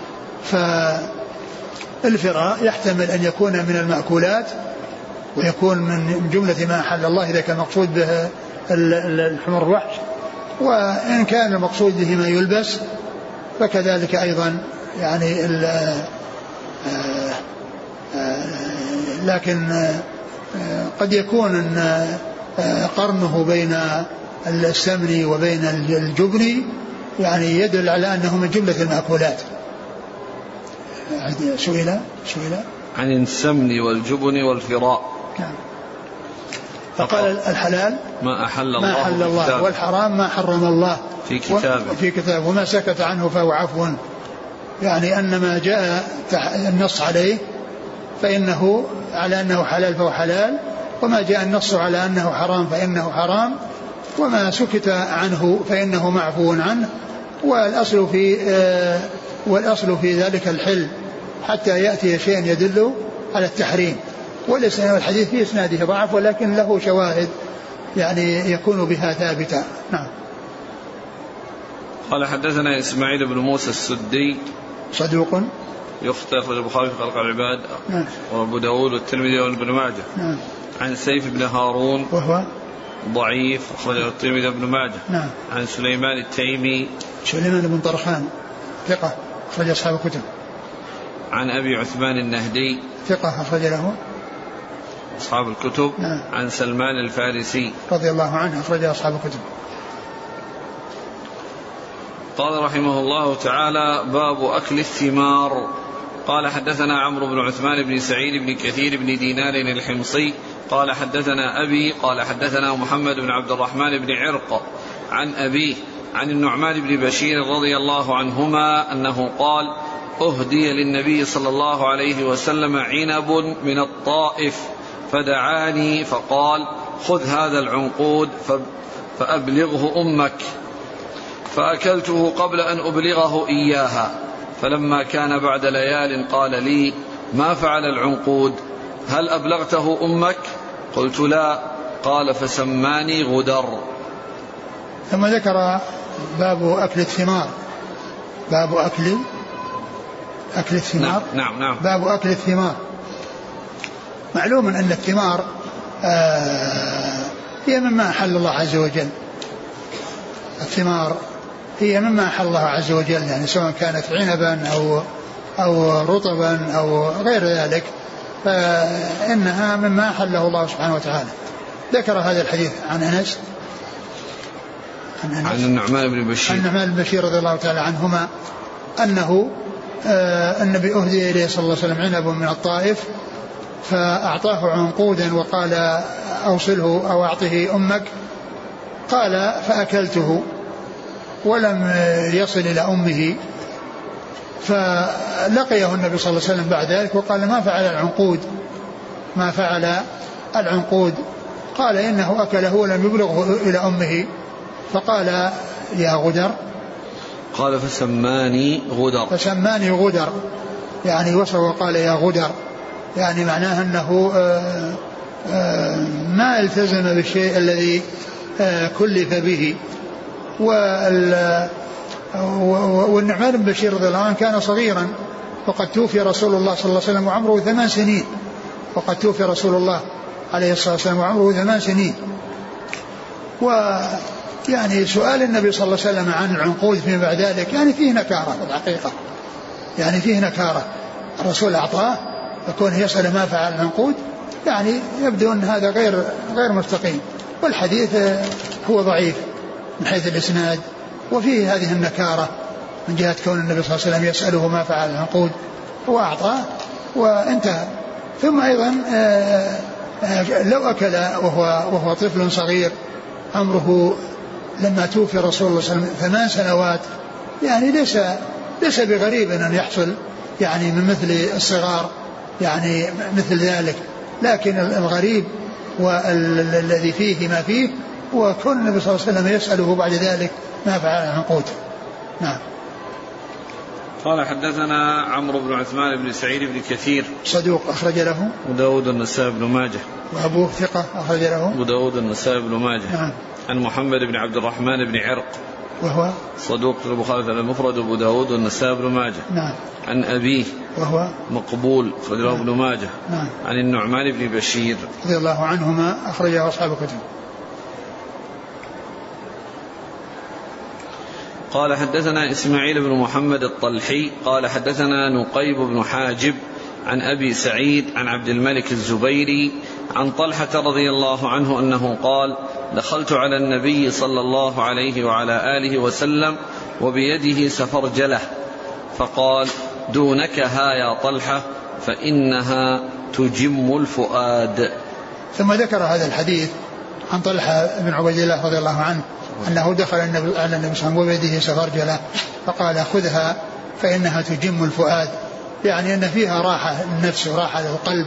فالفراء يحتمل أن يكون من المأكولات ويكون من جملة ما أحل الله إذا كان مقصود به الحمر الوحش، وإن كان المقصود به ما يلبس فكذلك أيضا يعني لكن قد يكون قرنه بين السمن وبين الجبن يعني يدل على أنه من جملة المأكولات. سئل سئل عن السمن والجبن والفراء فقال الحلال ما أحل الله, ما أحل الله والحرام ما حرم الله في كتابه في كتابه وما سكت عنه فهو عفو، يعني أن ما جاء النص عليه فإنه على أنه حلال فهو حلال، وما جاء النص على أنه حرام فإنه حرام، وما سكت عنه فإنه معفو عنه. والأصل في آه والأصل في ذلك الحل حتى يأتي شيء يدل على التحريم. والحديث في إسناده ضعف ولكن له شواهد يعني يكون بها ثابتا. نعم. قال حدثنا إسماعيل بن موسى السدي صدوق يخطئ أخرج البخاري في خلق العباد نعم. وأبو داود والترمذي وابن ماجه نعم. عن سيف بن هارون وهو ضعيف أخرج الترمذي وابن ماجه نعم. عن سليمان التيمي سليمان بن طرخان ثقة أخرج أصحاب الكتب. عن أبي عثمان النهدي ثقة أخرج له أصحاب الكتب. نعم. عن سلمان الفارسي رضي الله عنه أخرج أصحاب الكتب. قال رحمه الله تعالى باب أكل الثمار. قال حدثنا عمرو بن عثمان بن سعيد بن كثير بن دينار الحمصي قال حدثنا أبي قال حدثنا محمد بن عبد الرحمن بن عرق عن أبيه عن النعمان بن بشير رضي الله عنهما أنه قال أهدي للنبي صلى الله عليه وسلم عنب من الطائف فدعاني فقال خذ هذا العنقود فأبلغه أمك، فأكلته قبل أن أبلغه إياها، فلما كان بعد ليال قال لي ما فعل العنقود؟ هل أبلغته أمك؟ قلت لا. قال فسماني غدر. ثم ذكر باب أكل الثمار. باب أكل أكل الثمار. نعم نعم. باب أكل الثمار. معلوم أن الثمار آه هي مما أحل الله عز وجل. الثمار هي مما أحل الله عز وجل، يعني سواء كانت عنبا أو أو رطبا أو غير ذلك فإنها مما أحله الله سبحانه وتعالى. ذكر هذا الحديث عن أنس عن, أنس عن النعمان بن بشير عن النعمان بن بشير رضي الله تعالى عنهما أنه آه النبي أهدي إليه صلى الله عليه وسلم عنب من الطائف فأعطاه عنقودا وقال أوصله أو أعطه أمك، قال فأكلته ولم يصل إلى أمه، فلقيه النبي صلى الله عليه وسلم بعد ذلك وقال ما فعل العنقود ما فعل العنقود قال إنه أكله ولم يبلغه إلى أمه، فقال يا غدر. قال فسماني غدر فسماني غدر يعني وصف وقال يا غدر، يعني معناه أنه آآ آآ ما التزم بالشيء الذي كلف به. والنعمان بن بشير رضي الله عنه كان صغيرا وقد توفي رسول الله صلى الله عليه وسلم وعمره ثمان سنين وقد توفي رسول الله عليه الصلاة والسلام وعمره ثمان سنين. ويعني سؤال النبي صلى الله عليه وسلم عن العنقود فيما بعد ذلك يعني فيه نكارة في الحقيقة، يعني فيه نكارة. الرسول أعطاه فكون يسأل ما فعل العنقود يعني يبدو أن هذا غير غير مستقيم، والحديث هو ضعيف من حيث الإسناد وفيه هذه النكارة من جهة كون النبي صلى الله عليه وسلم يسأله ما فعل العنقود، هو أعطاه وانتهى. ثم أيضا لو أكل وهو, وهو طفل صغير عمره لما توفي رسول الله صلى الله عليه وسلم ثمان سنوات يعني ليس ليس بغريب أن يحصل يعني من مثل الصغار يعني مثل ذلك، لكن الغريب والذي فيه ما فيه وكون النبي صلى الله عليه وسلم يسأله بعد ذلك ما فعل العنقود. نعم. قال حدثنا عمرو بن عثمان بن سعيد بن كثير صدوق أخرج له وداود النسائي بن ماجه وأبوه ثقة أخرج له أبو داود النسائي بن ماجه. نعم. عن محمد بن عبد الرحمن بن عرق وهو صدوق البخاري المفرد وأبو داود والنسائي بن ماجه. نعم. عن أبيه وهو مقبول أخرج له ابن ماجه. نعم. عن النعمان بن بشير رضي الله عنهما أخرجه أصحاب الكتب. قال حدثنا إسماعيل بن محمد الطلحي قال حدثنا نقيب بن حاجب عن أبي سعيد عن عبد الملك الزبيري عن طلحة رضي الله عنه أنه قال دخلت على النبي صلى الله عليه وعلى آله وسلم وبيده سفرجلة فقال دونك ها يا طلحة فإنها تجم الفؤاد. ثم ذكر هذا الحديث عن طلحة بن عبيد الله رضي الله عنه أنه دخل على النبي صلى الله عليه وسلم وبيده سفرجلة فقال خذها فإنها تجم الفؤاد، يعني أن فيها راحة النفس وراحة للقلب.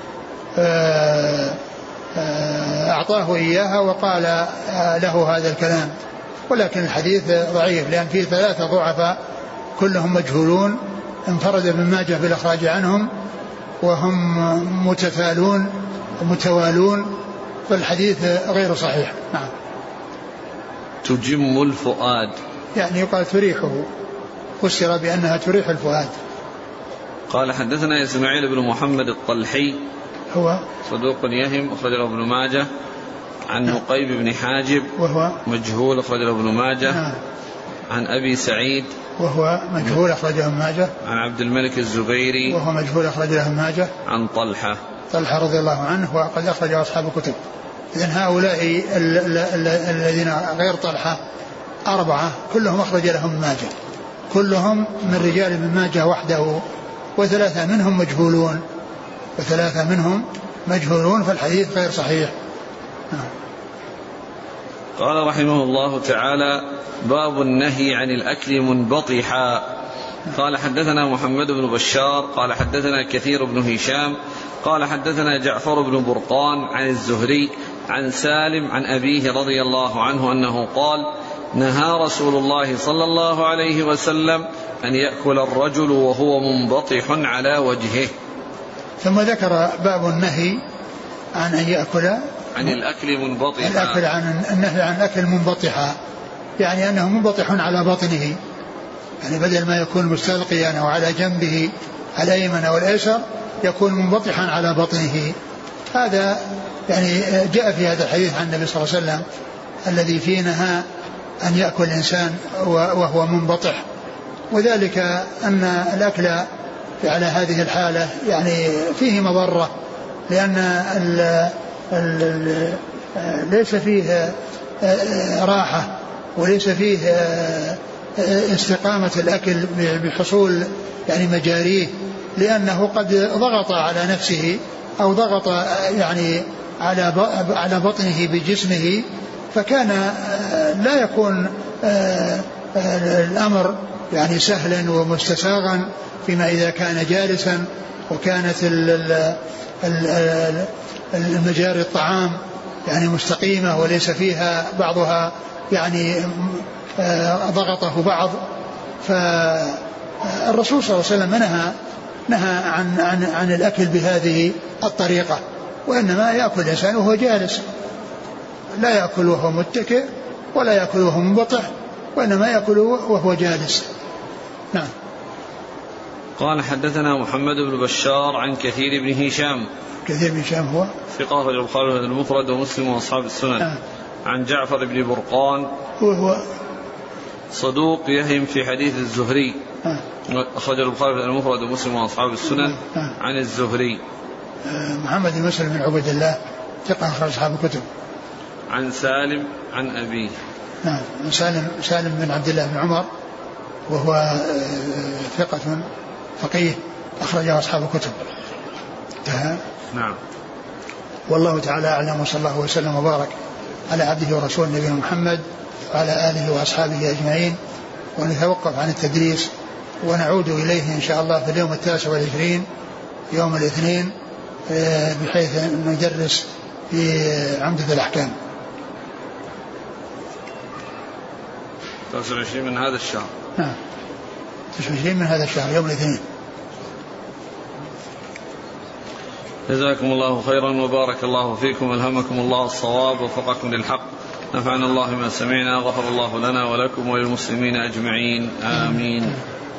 أعطاه إياها وقال له هذا الكلام، ولكن الحديث ضعيف لأن فيه ثلاثة ضعفاء كلهم مجهولون انفرد ابن ماجه بالإخراج عنهم وهم متتالون متوالون، فالحديث غير صحيح. نعم. تجم الفؤاد يعني يقال تريحه، فسر بأنها تريح الفؤاد. قال حدثنا إسماعيل بن محمد الطلحي هو صدوق يهم أخرج له ابن ماجه. عن نعم. نقيب بن حاجب وهو مجهول أخرج له ابن ماجه. نعم. عن أبي سعيد وهو مجهول أخرج له ابن ماجه. عن عبد الملك الزبيري وهو مجهول أخرج له ابن ماجه. عن طلحة طلحة رضي الله عنه وقد أخرج أصحاب الكتب. إذن هؤلاء الذين غير طلحة أربعة كلهم أخرج لهم ابن ماجه، كلهم من رجال ابن ماجه وحده، وثلاثة منهم مجهولون وثلاثة منهم مجهولون فالحديث غير صحيح. قال رحمه الله تعالى باب النهي عن الأكل منبطحا. قال حدثنا محمد بن بشار قال حدثنا كثير بن هشام قال حدثنا جعفر بن برقان عن الزهري عن سالم عن أبيه رضي الله عنه أنه قال نهى رسول الله صلى الله عليه وسلم أن يأكل الرجل وهو منبطح على وجهه. ثم ذكر باب النهي عن أن يأكل عن الأكل منبطحا، الأكل عن النهي عن الأكل منبطحا، يعني أنه منبطح على بطنه، يعني بدل ما يكون مستلقيا أو على جنبه الأيمن أو الأيسر يكون منبطحا على بطنه. هذا يعني جاء في هذا الحديث عن النبي صلى الله عليه وسلم الذي فيه نهى أن يأكل الإنسان وهو منبطح، وذلك أن الأكل على هذه الحالة يعني فيه مضرة، لأن ال ال ليس فيه راحة وليس فيه استقامة الأكل بحصول يعني مجاريه، لأنه قد ضغط على نفسه أو ضغط يعني على على بطنه بجسمه، فكان لا يكون الأمر يعني سهلا ومستساغا فيما إذا كان جالسا وكانت المجاري الطعام يعني مستقيمة وليس فيها بعضها يعني ضغطه بعض. فالرسول صلى الله عليه وسلم نهى نهى عن عن عن الأكل بهذه الطريقة، وإنما يأكل الإنسان وهو جالس، لا يأكل وهو متكئ ولا يأكل وهو منبطح، وإنما يأكل وهو جالس. نعم. قال حدثنا محمد بن بشار عن كثير بن هشام. كثير بن هشام هو ثقة أخرجه البخاري المفرد ومسلم وأصحاب السنن. نعم. عن جعفر بن برقان وهو صدوق يهم في حديث الزهري. نعم. أخرجه البخاري المفرد ومسلم وأصحاب السنن. نعم. عن الزهري محمد بن مسلم بن عبد الله ثقة أخرج أصحاب الكتب. عن سالم عن أبيه. نعم. سالم سالم بن عبد الله بن عمر وهو ثقة فقيه أخرجه أصحاب الكتب. نعم. والله تعالى أعلم، وصلى الله وسلم وبارك على عبده ورسوله نبينا محمد وعلى آله وأصحابه أجمعين. ونتوقف عن التدريس ونعود إليه إن شاء الله في اليوم التاسع والعشرين يوم الاثنين بحيث ندرس في عمدة الأحكام. تسعة وعشرين من هذا الشهر. نعم تسعة وعشرين من هذا الشهر يوم الاثنين. جزاكم الله خيرا وبارك الله فيكم، ألهمكم الله الصواب ووفقكم للحق، نفعنا الله ما سمعنا، غفر الله لنا ولكم وللمسلمين أجمعين، آمين.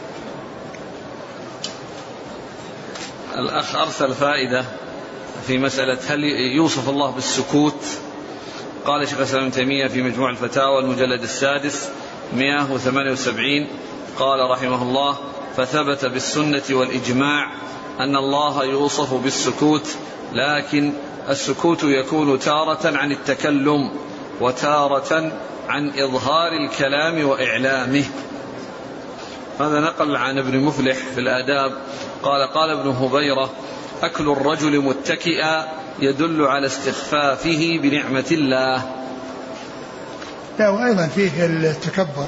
الأخ أرسل فائدة في مسألة هل يوصف الله بالسكوت. قال شيخ الإسلام ابن تيمية في مجموع الفتاوى المجلد السادس مئة وثمانية وسبعين قال رحمه الله: فثبت بالسنة والإجماع أن الله يوصف بالسكوت، لكن السكوت يكون تارة عن التكلم وتارة عن إظهار الكلام وإعلامه. هذا نقل عن ابن مفلح في الآداب قال: قال ابن هبيرة: أكل الرجل متكئا يدل على استخفافه بنعمة الله. لا، وأيضا فيه التكبر،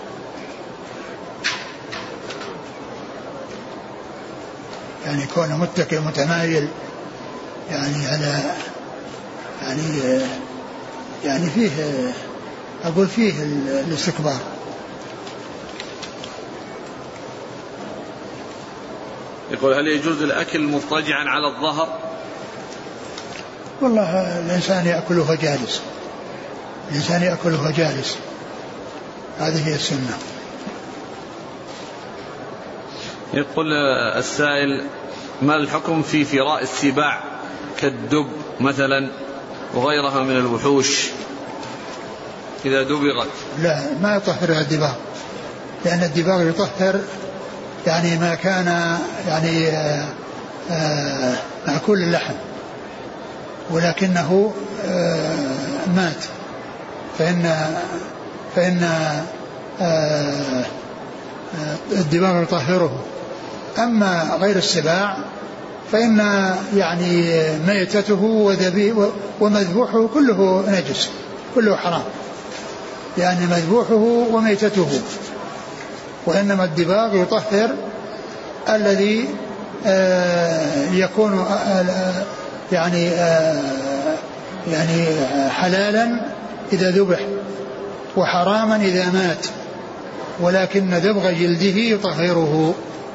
يعني كونه متكئ متمايل، يعني على يعني يعني فيه أقول فيه الاستكبار. يقول: هل يجوز الأكل مضطجعا على الظهر؟ والله الإنسان يأكله جالس، الإنسان يأكله جالس، هذه هي السنة. يقول السائل: ما الحكم في فراء السباع كالدب مثلا وغيرها من الوحوش إذا دبغت؟ لا، ما يطهرها الدباغ، لأن الدباغ يطهر يعني ما كان يعني آآ آآ مأكول اللحم، ولكنه مات، فإن فإن الدباغ يطهره. أما غير السباع فإن يعني ميتته ومذبوحه كله نجس، كله حرام، يعني مذبوحه وميتته. وإنما الدباغ يطهر الذي يكون يعني يعني حلالا إذا ذبح وحراما إذا مات، ولكن دبغ جلده يطهره.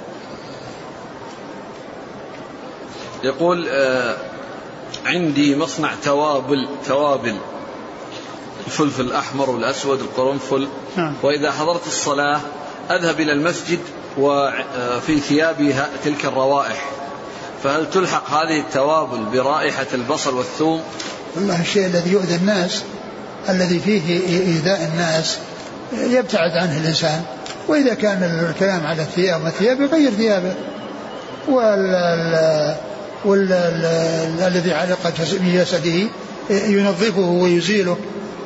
يقول: آه عندي مصنع توابل توابل الفلفل الأحمر والأسود والقرنفل، وإذا حضرت الصلاة أذهب إلى المسجد وفي ثيابي تلك الروائح، فهل تلحق هذه التوابل برائحة البصل والثوم؟ والله الشيء الذي يؤذي الناس، الذي فيه إيذاء الناس، يبتعد عنه الإنسان. وإذا كان الكلام على الثياب والثياب يغير ثيابه، والذي علق بجسده ينظفه ويزيله.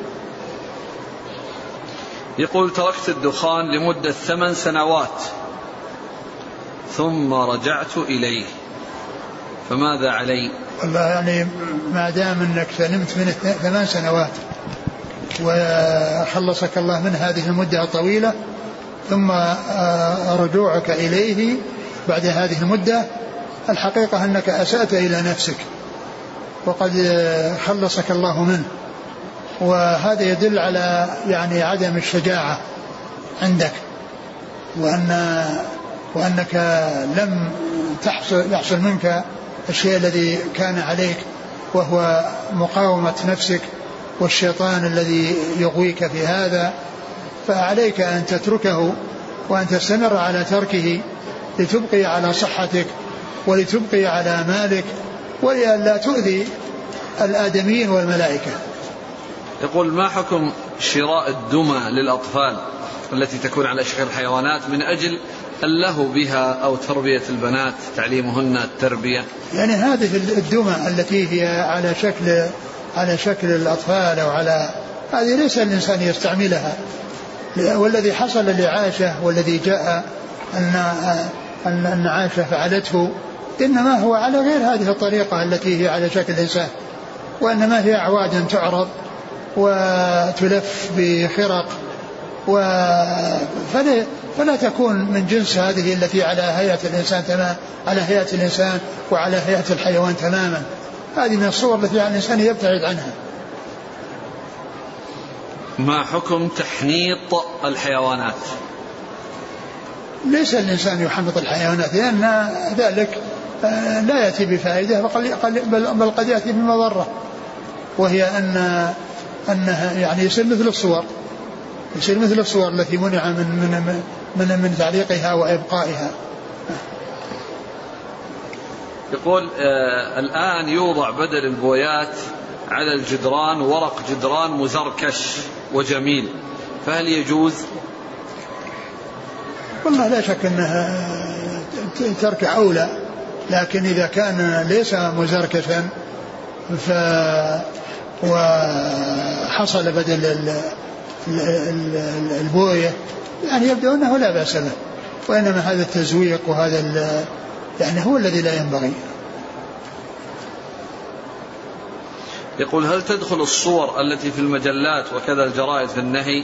يقول: تركت الدخان لمدة ثمان سنوات ثم رجعت إليه، فماذا علي؟ والله يعني ما دام أنك سلمت من ثمان سنوات وخلصك الله من هذه المدة الطويلة، ثم رجوعك إليه بعد هذه المدة، الحقيقة أنك أسأت إلى نفسك وقد خلصك الله منه، وهذا يدل على يعني عدم الشجاعة عندك، وأن وأنك لم تحصل يحصل منك الشيء الذي كان عليك، وهو مقاومة نفسك والشيطان الذي يغويك في هذا. فعليك أن تتركه وأن تستمر على تركه لتبقي على صحتك ولتبقي على مالك ولئلا تؤذي الآدميين والملائكة. يقول: ما حكم شراء الدمى للأطفال التي تكون على شكل الحيوانات من أجل اللهو بها أو تربية البنات، تعليمهن التربية؟ يعني هذه الدمى التي هي على شكل على شكل الأطفال أو على هذه ليس الإنسان يستعملها. والذي حصل لعائشة والذي جاء أن أن أن عائشة فعلته إنما هو على غير هذه الطريقة التي هي على شكل الإنسان، وإنما هي أعواد تعرض وتلف بخرق، فلا, فلا تكون من جنس هذه التي على هيئة الإنسان تمام، على هيئة الإنسان وعلى هيئة الحيوان تماما. هذه من الصور التي على الإنسان يبتعد عنها. ما حكم تحنيط الحيوانات؟ ليس الإنسان يحنط الحيوانات، لأن ذلك لا يأتي بفائدة بل قد يأتي بمضرة، وهي أن أنها يعني يصير مثل الصور يصير مثل الصور التي منع من من من, من تعليقها وإبقائها. يقول آه الآن يوضع بدل البويات على الجدران ورق جدران مزركش وجميل، فهل يجوز؟ والله لا شك أنها ترك أولى، لكن إذا كان ليس مزركشا ف وحصل بدل البوية يعني يبدو أنه لا بأس به، وإنما هذا التزويق وهذا يعني هو الذي لا ينبغي. يقول هل تدخل الصور التي في المجلات وكذا الجرائد في النهي؟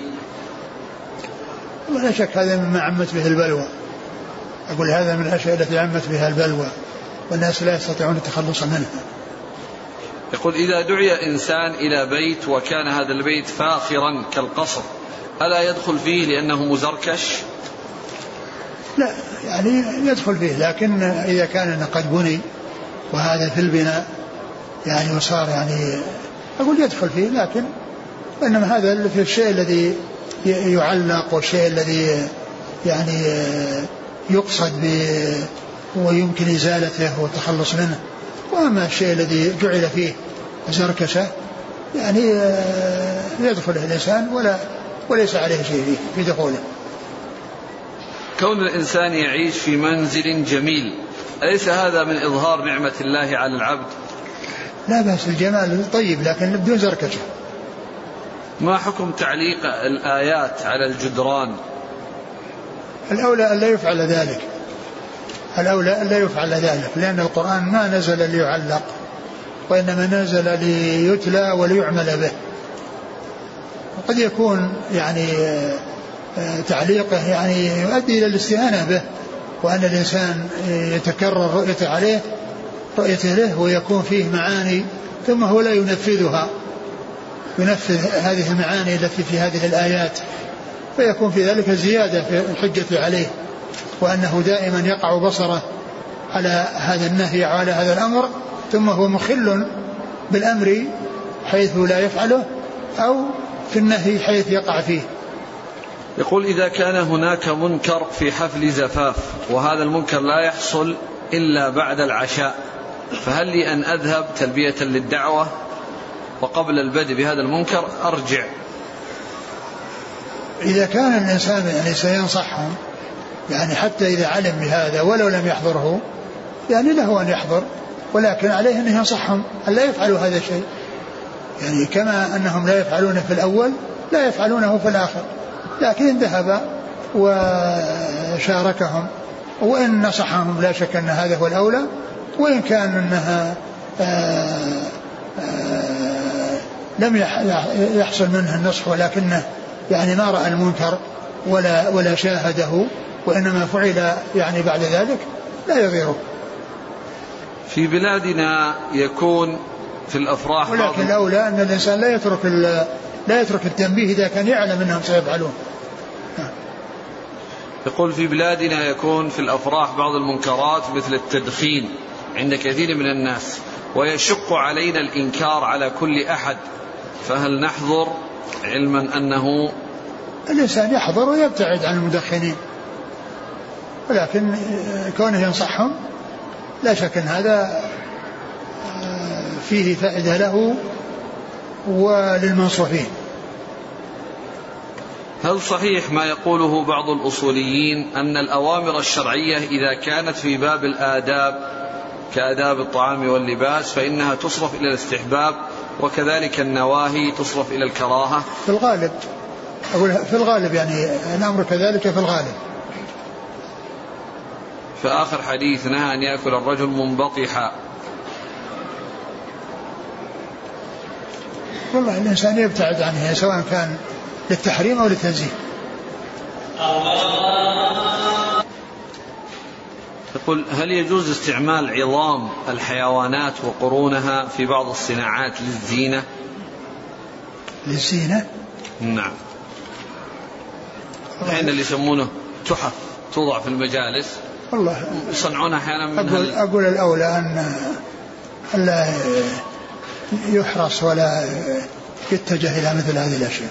ولا شك هذا مما عمت به البلوى، أقول هذا من الأشياء التي عمت بها البلوى والناس لا يستطيعون التخلص منها. يقول إذا دعي إنسان إلى بيت وكان هذا البيت فاخرا كالقصر ألا يدخل فيه لأنه مزركش؟ لا يعني يدخل فيه، لكن إذا كان قد بني وهذا في البناء يعني وصار يعني أقول يدخل فيه، لكن إنما هذا في الشيء الذي يعلق والشيء الذي يعني يقصد به ويمكن إزالته والتخلص منه. وأما الشيء الذي جعل فيه زركشة يعني يدخل الإنسان ولا وليس عليه شيء فيه في دخوله. كون الإنسان يعيش في منزل جميل أليس هذا من إظهار نعمة الله على العبد؟ لا بأس، الجمال طيب لكن بدون زركشة. ما حكم تعليق الآيات على الجدران؟ الأولى أن لا يفعل ذلك، الأولى أن لا يفعل ذلك، لأن القرآن ما نزل ليعلق وإنما نزل ليتلى وليعمل به. وقد يكون يعني تعليقه يعني يؤدي إلى الاستهانة به، وأن الإنسان يتكرر رؤيته عليه رؤيته له ويكون فيه معاني ثم هو لا ينفذها، ينفذ هذه المعاني التي في هذه الآيات، فيكون في ذلك زيادة في الحجة عليه، وأنه دائما يقع بصره على هذا النهي وعلى هذا الأمر ثم هو مخل بالأمر حيث لا يفعله أو في النهي حيث يقع فيه. يقول إذا كان هناك منكر في حفل زفاف وهذا المنكر لا يحصل إلا بعد العشاء، فهل لي أن أذهب تلبية للدعوة وقبل البدء بهذا المنكر أرجع؟ إذا كان الإنسان يعني سينصحهم يعني حتى إذا علم بهذا ولو لم يحضره يعني له أن يحضر، ولكن عليه أن ينصحهم أن لا يفعلوا هذا الشيء، يعني كما أنهم لا يفعلونه في الأول لا يفعلونه في الآخر، لكن ذهب وشاركهم وإن نصحهم لا شك أن هذا هو الأولى، وإن كان أنها آآ آآ لم يحصل منه النصح ولكنه يعني ما رأى المنكر ولا ولا شاهده وإنما فعل يعني بعد ذلك لا يضيره. في بلادنا يكون في الأفراح، ولكن الأولى أن الإنسان لا يترك لا يترك التنبيه إذا كان يعلم أنهم سيفعلون. يقول في بلادنا يكون في الأفراح بعض المنكرات مثل التدخين عند كثير من الناس ويشق علينا الإنكار على كل أحد، فهل نحضر علما أنه الإنسان يحضر ويبتعد عن المدخنين، ولكن كونه ينصحهم لا شك أن هذا فيه فائدة له وللمنصوحين. هل صحيح ما يقوله بعض الأصوليين أن الأوامر الشرعية إذا كانت في باب الآداب كآداب الطعام واللباس فإنها تصرف إلى الاستحباب وكذلك النواهي تصرف إلى الكراهة؟ في الغالب أقول في الغالب يعني الأمر كذلك في الغالب. في آخر حديث نهى أن يأكل الرجل منبطحا. والله الإنسان يبتعد عنها سواء كان للتحريم أو للتنزيه. يقول هل يجوز استعمال عظام الحيوانات وقرونها في بعض الصناعات للزينة؟ للزينة؟ نعم. الحين اللي يسمونه تحف توضع في المجالس والله يصنعون أحيانا من أقول, أقول الأولى أن لا يحرص ولا يتجه إلى مثل هذه الأشياء.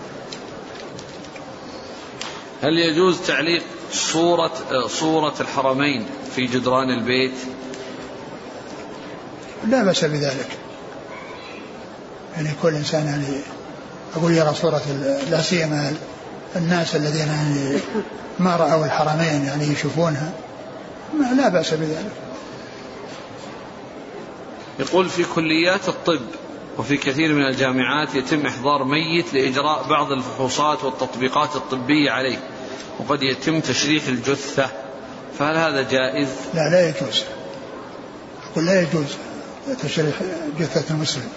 هل يجوز تعليق صورة صورة الحرمين في جدران البيت؟ لا بأس بذلك، يعني كل إنسان يعني أقول يرى صورة، لا سيما الناس الذين يعني ما رأوا الحرمين يعني يشوفونها، لا بأس بذلك. يقول في كليات الطب وفي كثير من الجامعات يتم إحضار ميت لإجراء بعض الفحوصات والتطبيقات الطبية عليه، وقد يتم تشريح الجثة، فهل هذا جائز؟ لا لا يجوز، أقول لا يجوز تشريح جثة المسلم.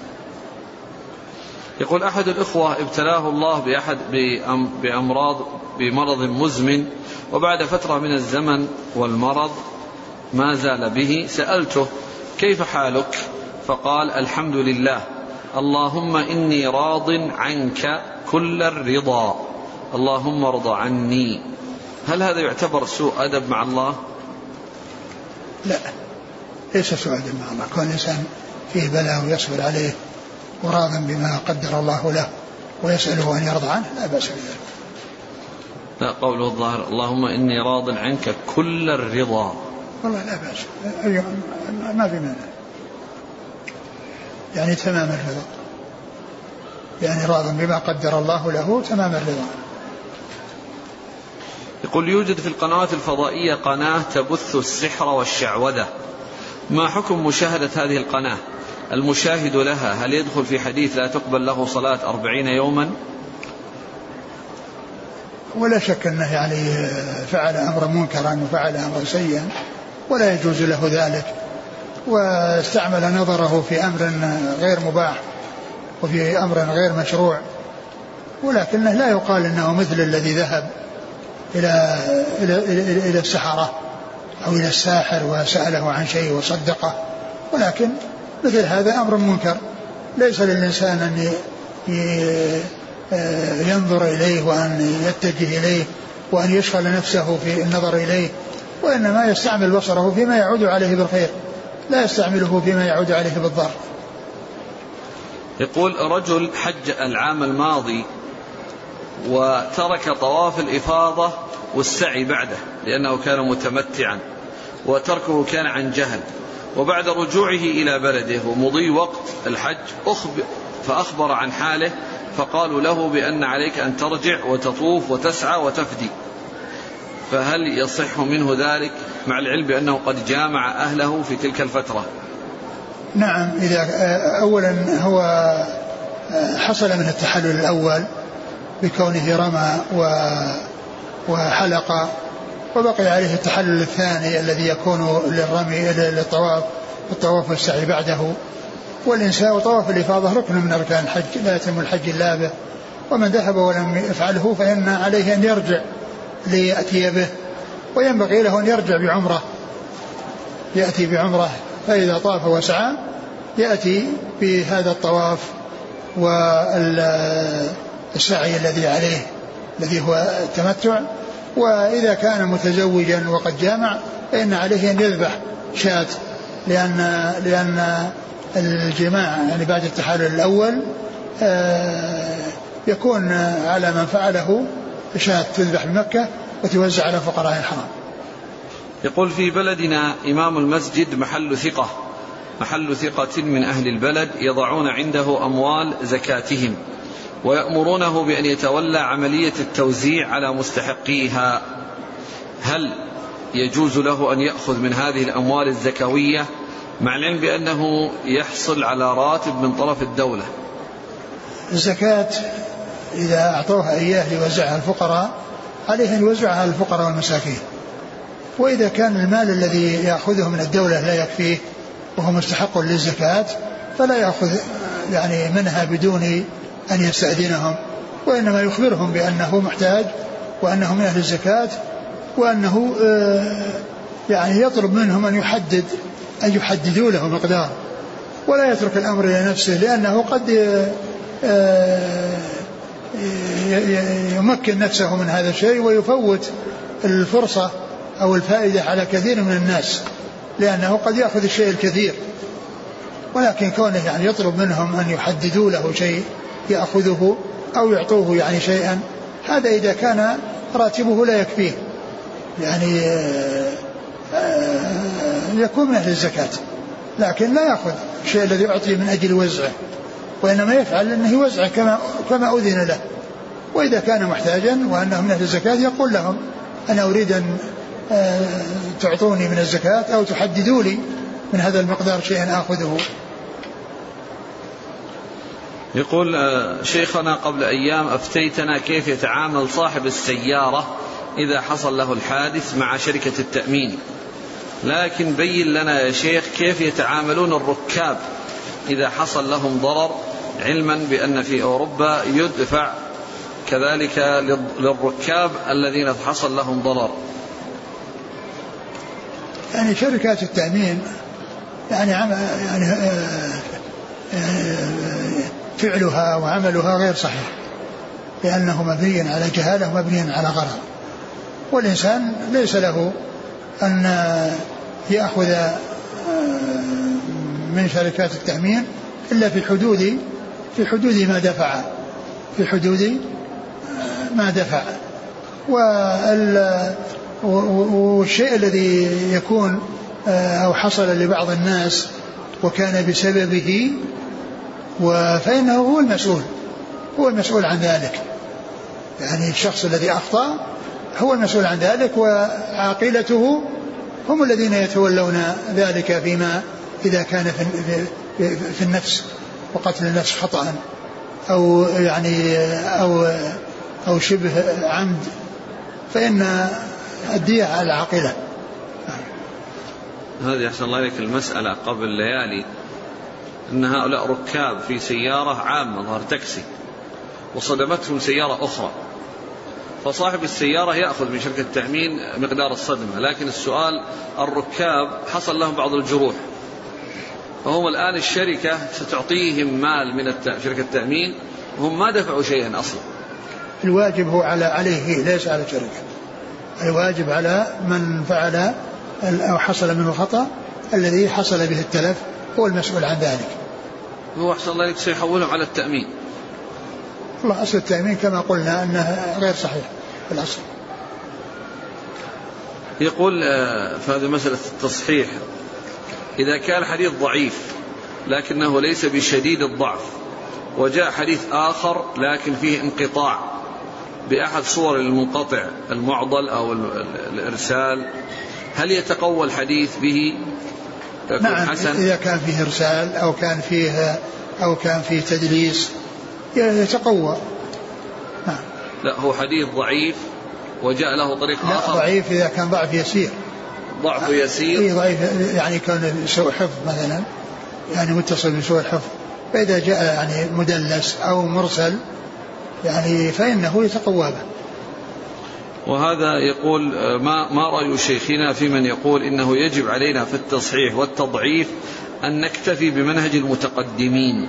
يقول أحد الإخوة ابتلاه الله بأحد بأمراض بمرض مزمن، وبعد فترة من الزمن والمرض ما زال به، سألته كيف حالك؟ فقال الحمد لله، اللهم إني راض عنك كل الرضا، اللهم ارض عني. هل هذا يعتبر سوء أدب مع الله؟ لا، ليس سوء أدب مع الله، كون الإنسان فيه بلاء ويصبر عليه وراضا بما قدر الله له ويسأله أن يرضى عنه، لا بأس بذلك. لا، قوله الظاهر اللهم إني راض عنك كل الرضا، والله لا بأس، ما في مانع، يعني تمام الرضا، يعني راض بما قدر الله له تمام الرضا. يقول يوجد في القنوات الفضائية قناة تبث السحر والشعوذة، ما حكم مشاهدة هذه القناة؟ المشاهد لها هل يدخل في حديث لا تقبل له صلاة أربعين يوما؟ ولا شك أنه يعني فعل أمر منكرا وفعل أمر سيئا ولا يجوز له ذلك، واستعمل نظره في أمر غير مباح وفي أمر غير مشروع، ولكنه لا يقال أنه مثل الذي ذهب إلى, إلى, إلى, إلى السحرة أو إلى الساحر وسأله عن شيء وصدقه، ولكن مثل هذا أمر منكر، ليس للإنسان أن ينظر إليه وأن يتجه إليه وأن يشغل نفسه في النظر إليه، وإنما يستعمل بصره فيما يعود عليه بالخير، لا يستعمله فيما يعود عليه بالضر. يقول رجل حج العام الماضي وترك طواف الإفاضة والسعي بعده لأنه كان متمتعا، وتركه كان عن جهل، وبعد رجوعه إلى بلده ومضي وقت الحج فأخبر عن حاله، فقالوا له بأن عليك أن ترجع وتطوف وتسعى وتفدي، فهل يصح منه ذلك مع العلم بأنه قد جامع أهله في تلك الفترة؟ نعم، إذا أولا هو حصل من التحلل الأول بكونه رمى وحلق، وبقي عليه التحلل الثاني الذي يكون للرمي للطواف الطواف والسعي بعده، والإنساء وطواف الإفاضة ركن من أركان الحج لا يتم الحج إلا به، ومن ذهب ولم يفعله فإن عليه أن يرجع ليأتي به، وينبغي له أن يرجع بعمره، يأتي بعمره، فإذا طاف وسعى يأتي بهذا الطواف والسعي الذي عليه الذي هو التمتع. وإذا كان متزوجا وقد جامع فإن عليه أن يذبح شاة، لأن لأن الجماع يعني بعد التحلل الأول يكون على من فعله شاة تذبح بمكة وتوزع على فقراء الحرم. يقول في بلدنا إمام المسجد محل ثقة محل ثقة من أهل البلد يضعون عنده أموال زكاتهم ويأمرونه بأن يتولى عملية التوزيع على مستحقيها، هل يجوز له أن يأخذ من هذه الأموال الزكوية مع العلم بأنه يحصل على راتب من طرف الدولة؟ الزكاة إذا أعطوها إياه ليوزعها الفقراء عليه أن يوزعها الفقراء والمساكين، وإذا كان المال الذي يأخذه من الدولة لا يكفيه وهو مستحق للزكاة فلا يأخذ يعني منها بدون أن يستأذنهم، وإنما يخبرهم بأنه محتاج وأنه من أهل الزكاة، وأنه يعني يطلب منهم أن يحدد أن يحددوا له مقدار، ولا يترك الأمر لنفسه، لأنه قد يمكن نفسه من هذا الشيء ويفوت الفرصة أو الفائدة على كثير من الناس، لأنه قد يأخذ الشيء الكثير، ولكن كونه يعني يطلب منهم أن يحددوا له شيء يأخذه أو يعطوه يعني شيئا، هذا إذا كان راتبه لا يكفيه يعني يكون من أهل الزكاة، لكن لا يأخذ الشيء الذي يعطي من أجل وزعه، وإنما يفعل أنه يوزعه كما, كما أذن له. وإذا كان محتاجا وأنه من أهل الزكاة يقول لهم أنا أريد أن تعطوني من الزكاة أو تحددوا لي من هذا المقدار شيئا آخذه. يقول شيخنا قبل أيام أفتيتنا كيف يتعامل صاحب السيارة إذا حصل له الحادث مع شركة التأمين، لكن بين لنا يا شيخ كيف يتعاملون الركاب إذا حصل لهم ضرر، علما بأن في أوروبا يدفع كذلك للركاب الذين حصل لهم ضرر. يعني شركات التأمين يعني يعني فعلها وعملها غير صحيح، لأنه مبني على جهالة ومبني على غرر، والإنسان ليس له أن يأخذ من شركات التأمين إلا في حدود في حدود ما دفع في حدود ما دفع والشيء الذي يكون أو حصل لبعض الناس وكان بسببه فإنه هو المسؤول هو المسؤول عن ذلك، يعني الشخص الذي أخطأ هو المسؤول عن ذلك، وعاقلته هم الذين يتولون ذلك فيما إذا كان في, في النفس وقتل النفس خطأ أو يعني أو أو شبه عمد، فإن الدية على العاقلة. هذه أحسن الله إليك المسألة قبل ليالي أن هؤلاء ركاب في سيارة عامة ظهر تاكسي وصدمتهم سيارة أخرى، فصاحب السيارة يأخذ من شركة التأمين مقدار الصدمة، لكن السؤال الركاب حصل لهم بعض الجروح، فهم الآن الشركة ستعطيهم مال من شركة التأمين وهم ما دفعوا شيئا أصلا. الواجب هو على عليه ليس على الشركة، الواجب على من فعل أو حصل منه خطأ الذي حصل به التلف هو المسؤول عن ذلك. هو أحسن الله سيحولهم على التأمين. والله أصل التأمين كما قلنا أنه غير صحيح في الأصل. يقول في هذه مسألة التصحيح إذا كان حديث ضعيف لكنه ليس بشديد الضعف وجاء حديث آخر لكن فيه انقطاع بأحد صور المنقطع المعضل أو الإرسال، هل يتقوى الحديث به؟ نعم حسن؟ إذا كان فيه إرسال أو كان فيه أو كان فيه تدليس يتقوى. نعم. لا هو حديث ضعيف وجاء له طريق آخر. ضعيف إذا كان ضعف يسير. ضعف يسير. إيه ضعيف يعني كان سوء حفظ مثلا، يعني متصل بسوء الحفظ، فإذا جاء يعني مدلس أو مرسل يعني فإنه يتقوى به. وهذا يقول ما ما رأي شيخنا في من يقول إنه يجب علينا في التصحيح والتضعيف أن نكتفي بمنهج المتقدمين؟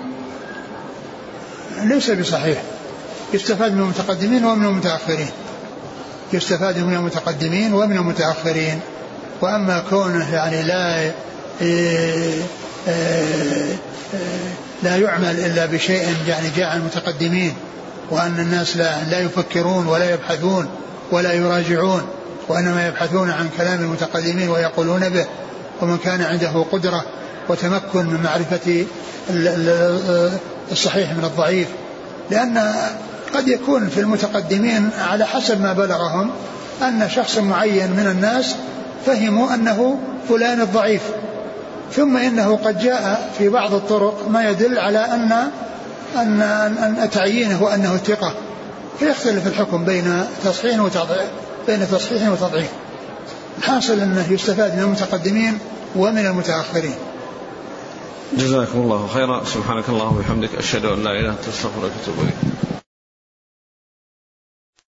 ليس بصحيح، يستفاد من المتقدمين ومن المتأخرين، يستفاد من المتقدمين ومن المتأخرين. وأما كونه يعني لا لا يعمل إلا بشيء يعني جاء عن المتقدمين، وأن الناس لا, لا يفكرون ولا يبحثون ولا يراجعون، وإنما يبحثون عن كلام المتقدمين ويقولون به، ومن كان عنده قدرة وتمكن من معرفة الصحيح من الضعيف، لأن قد يكون في المتقدمين على حسب ما بلغهم أن شخص معين من الناس فهموا أنه فلان الضعيف، ثم إنه قد جاء في بعض الطرق ما يدل على أن أن أن تعيينه أنه ثقة، فيختلف الحكم بين تصحيح وتضعيف بين تصحيح وتضعيف. الحاصل أنه يستفاد من المتقدمين ومن المتأخرين. جزاكم الله خيرا. سبحانك اللهم وبحمدك أشهد أن لا إله إلا أنت أستغفرك وأتوب إليك.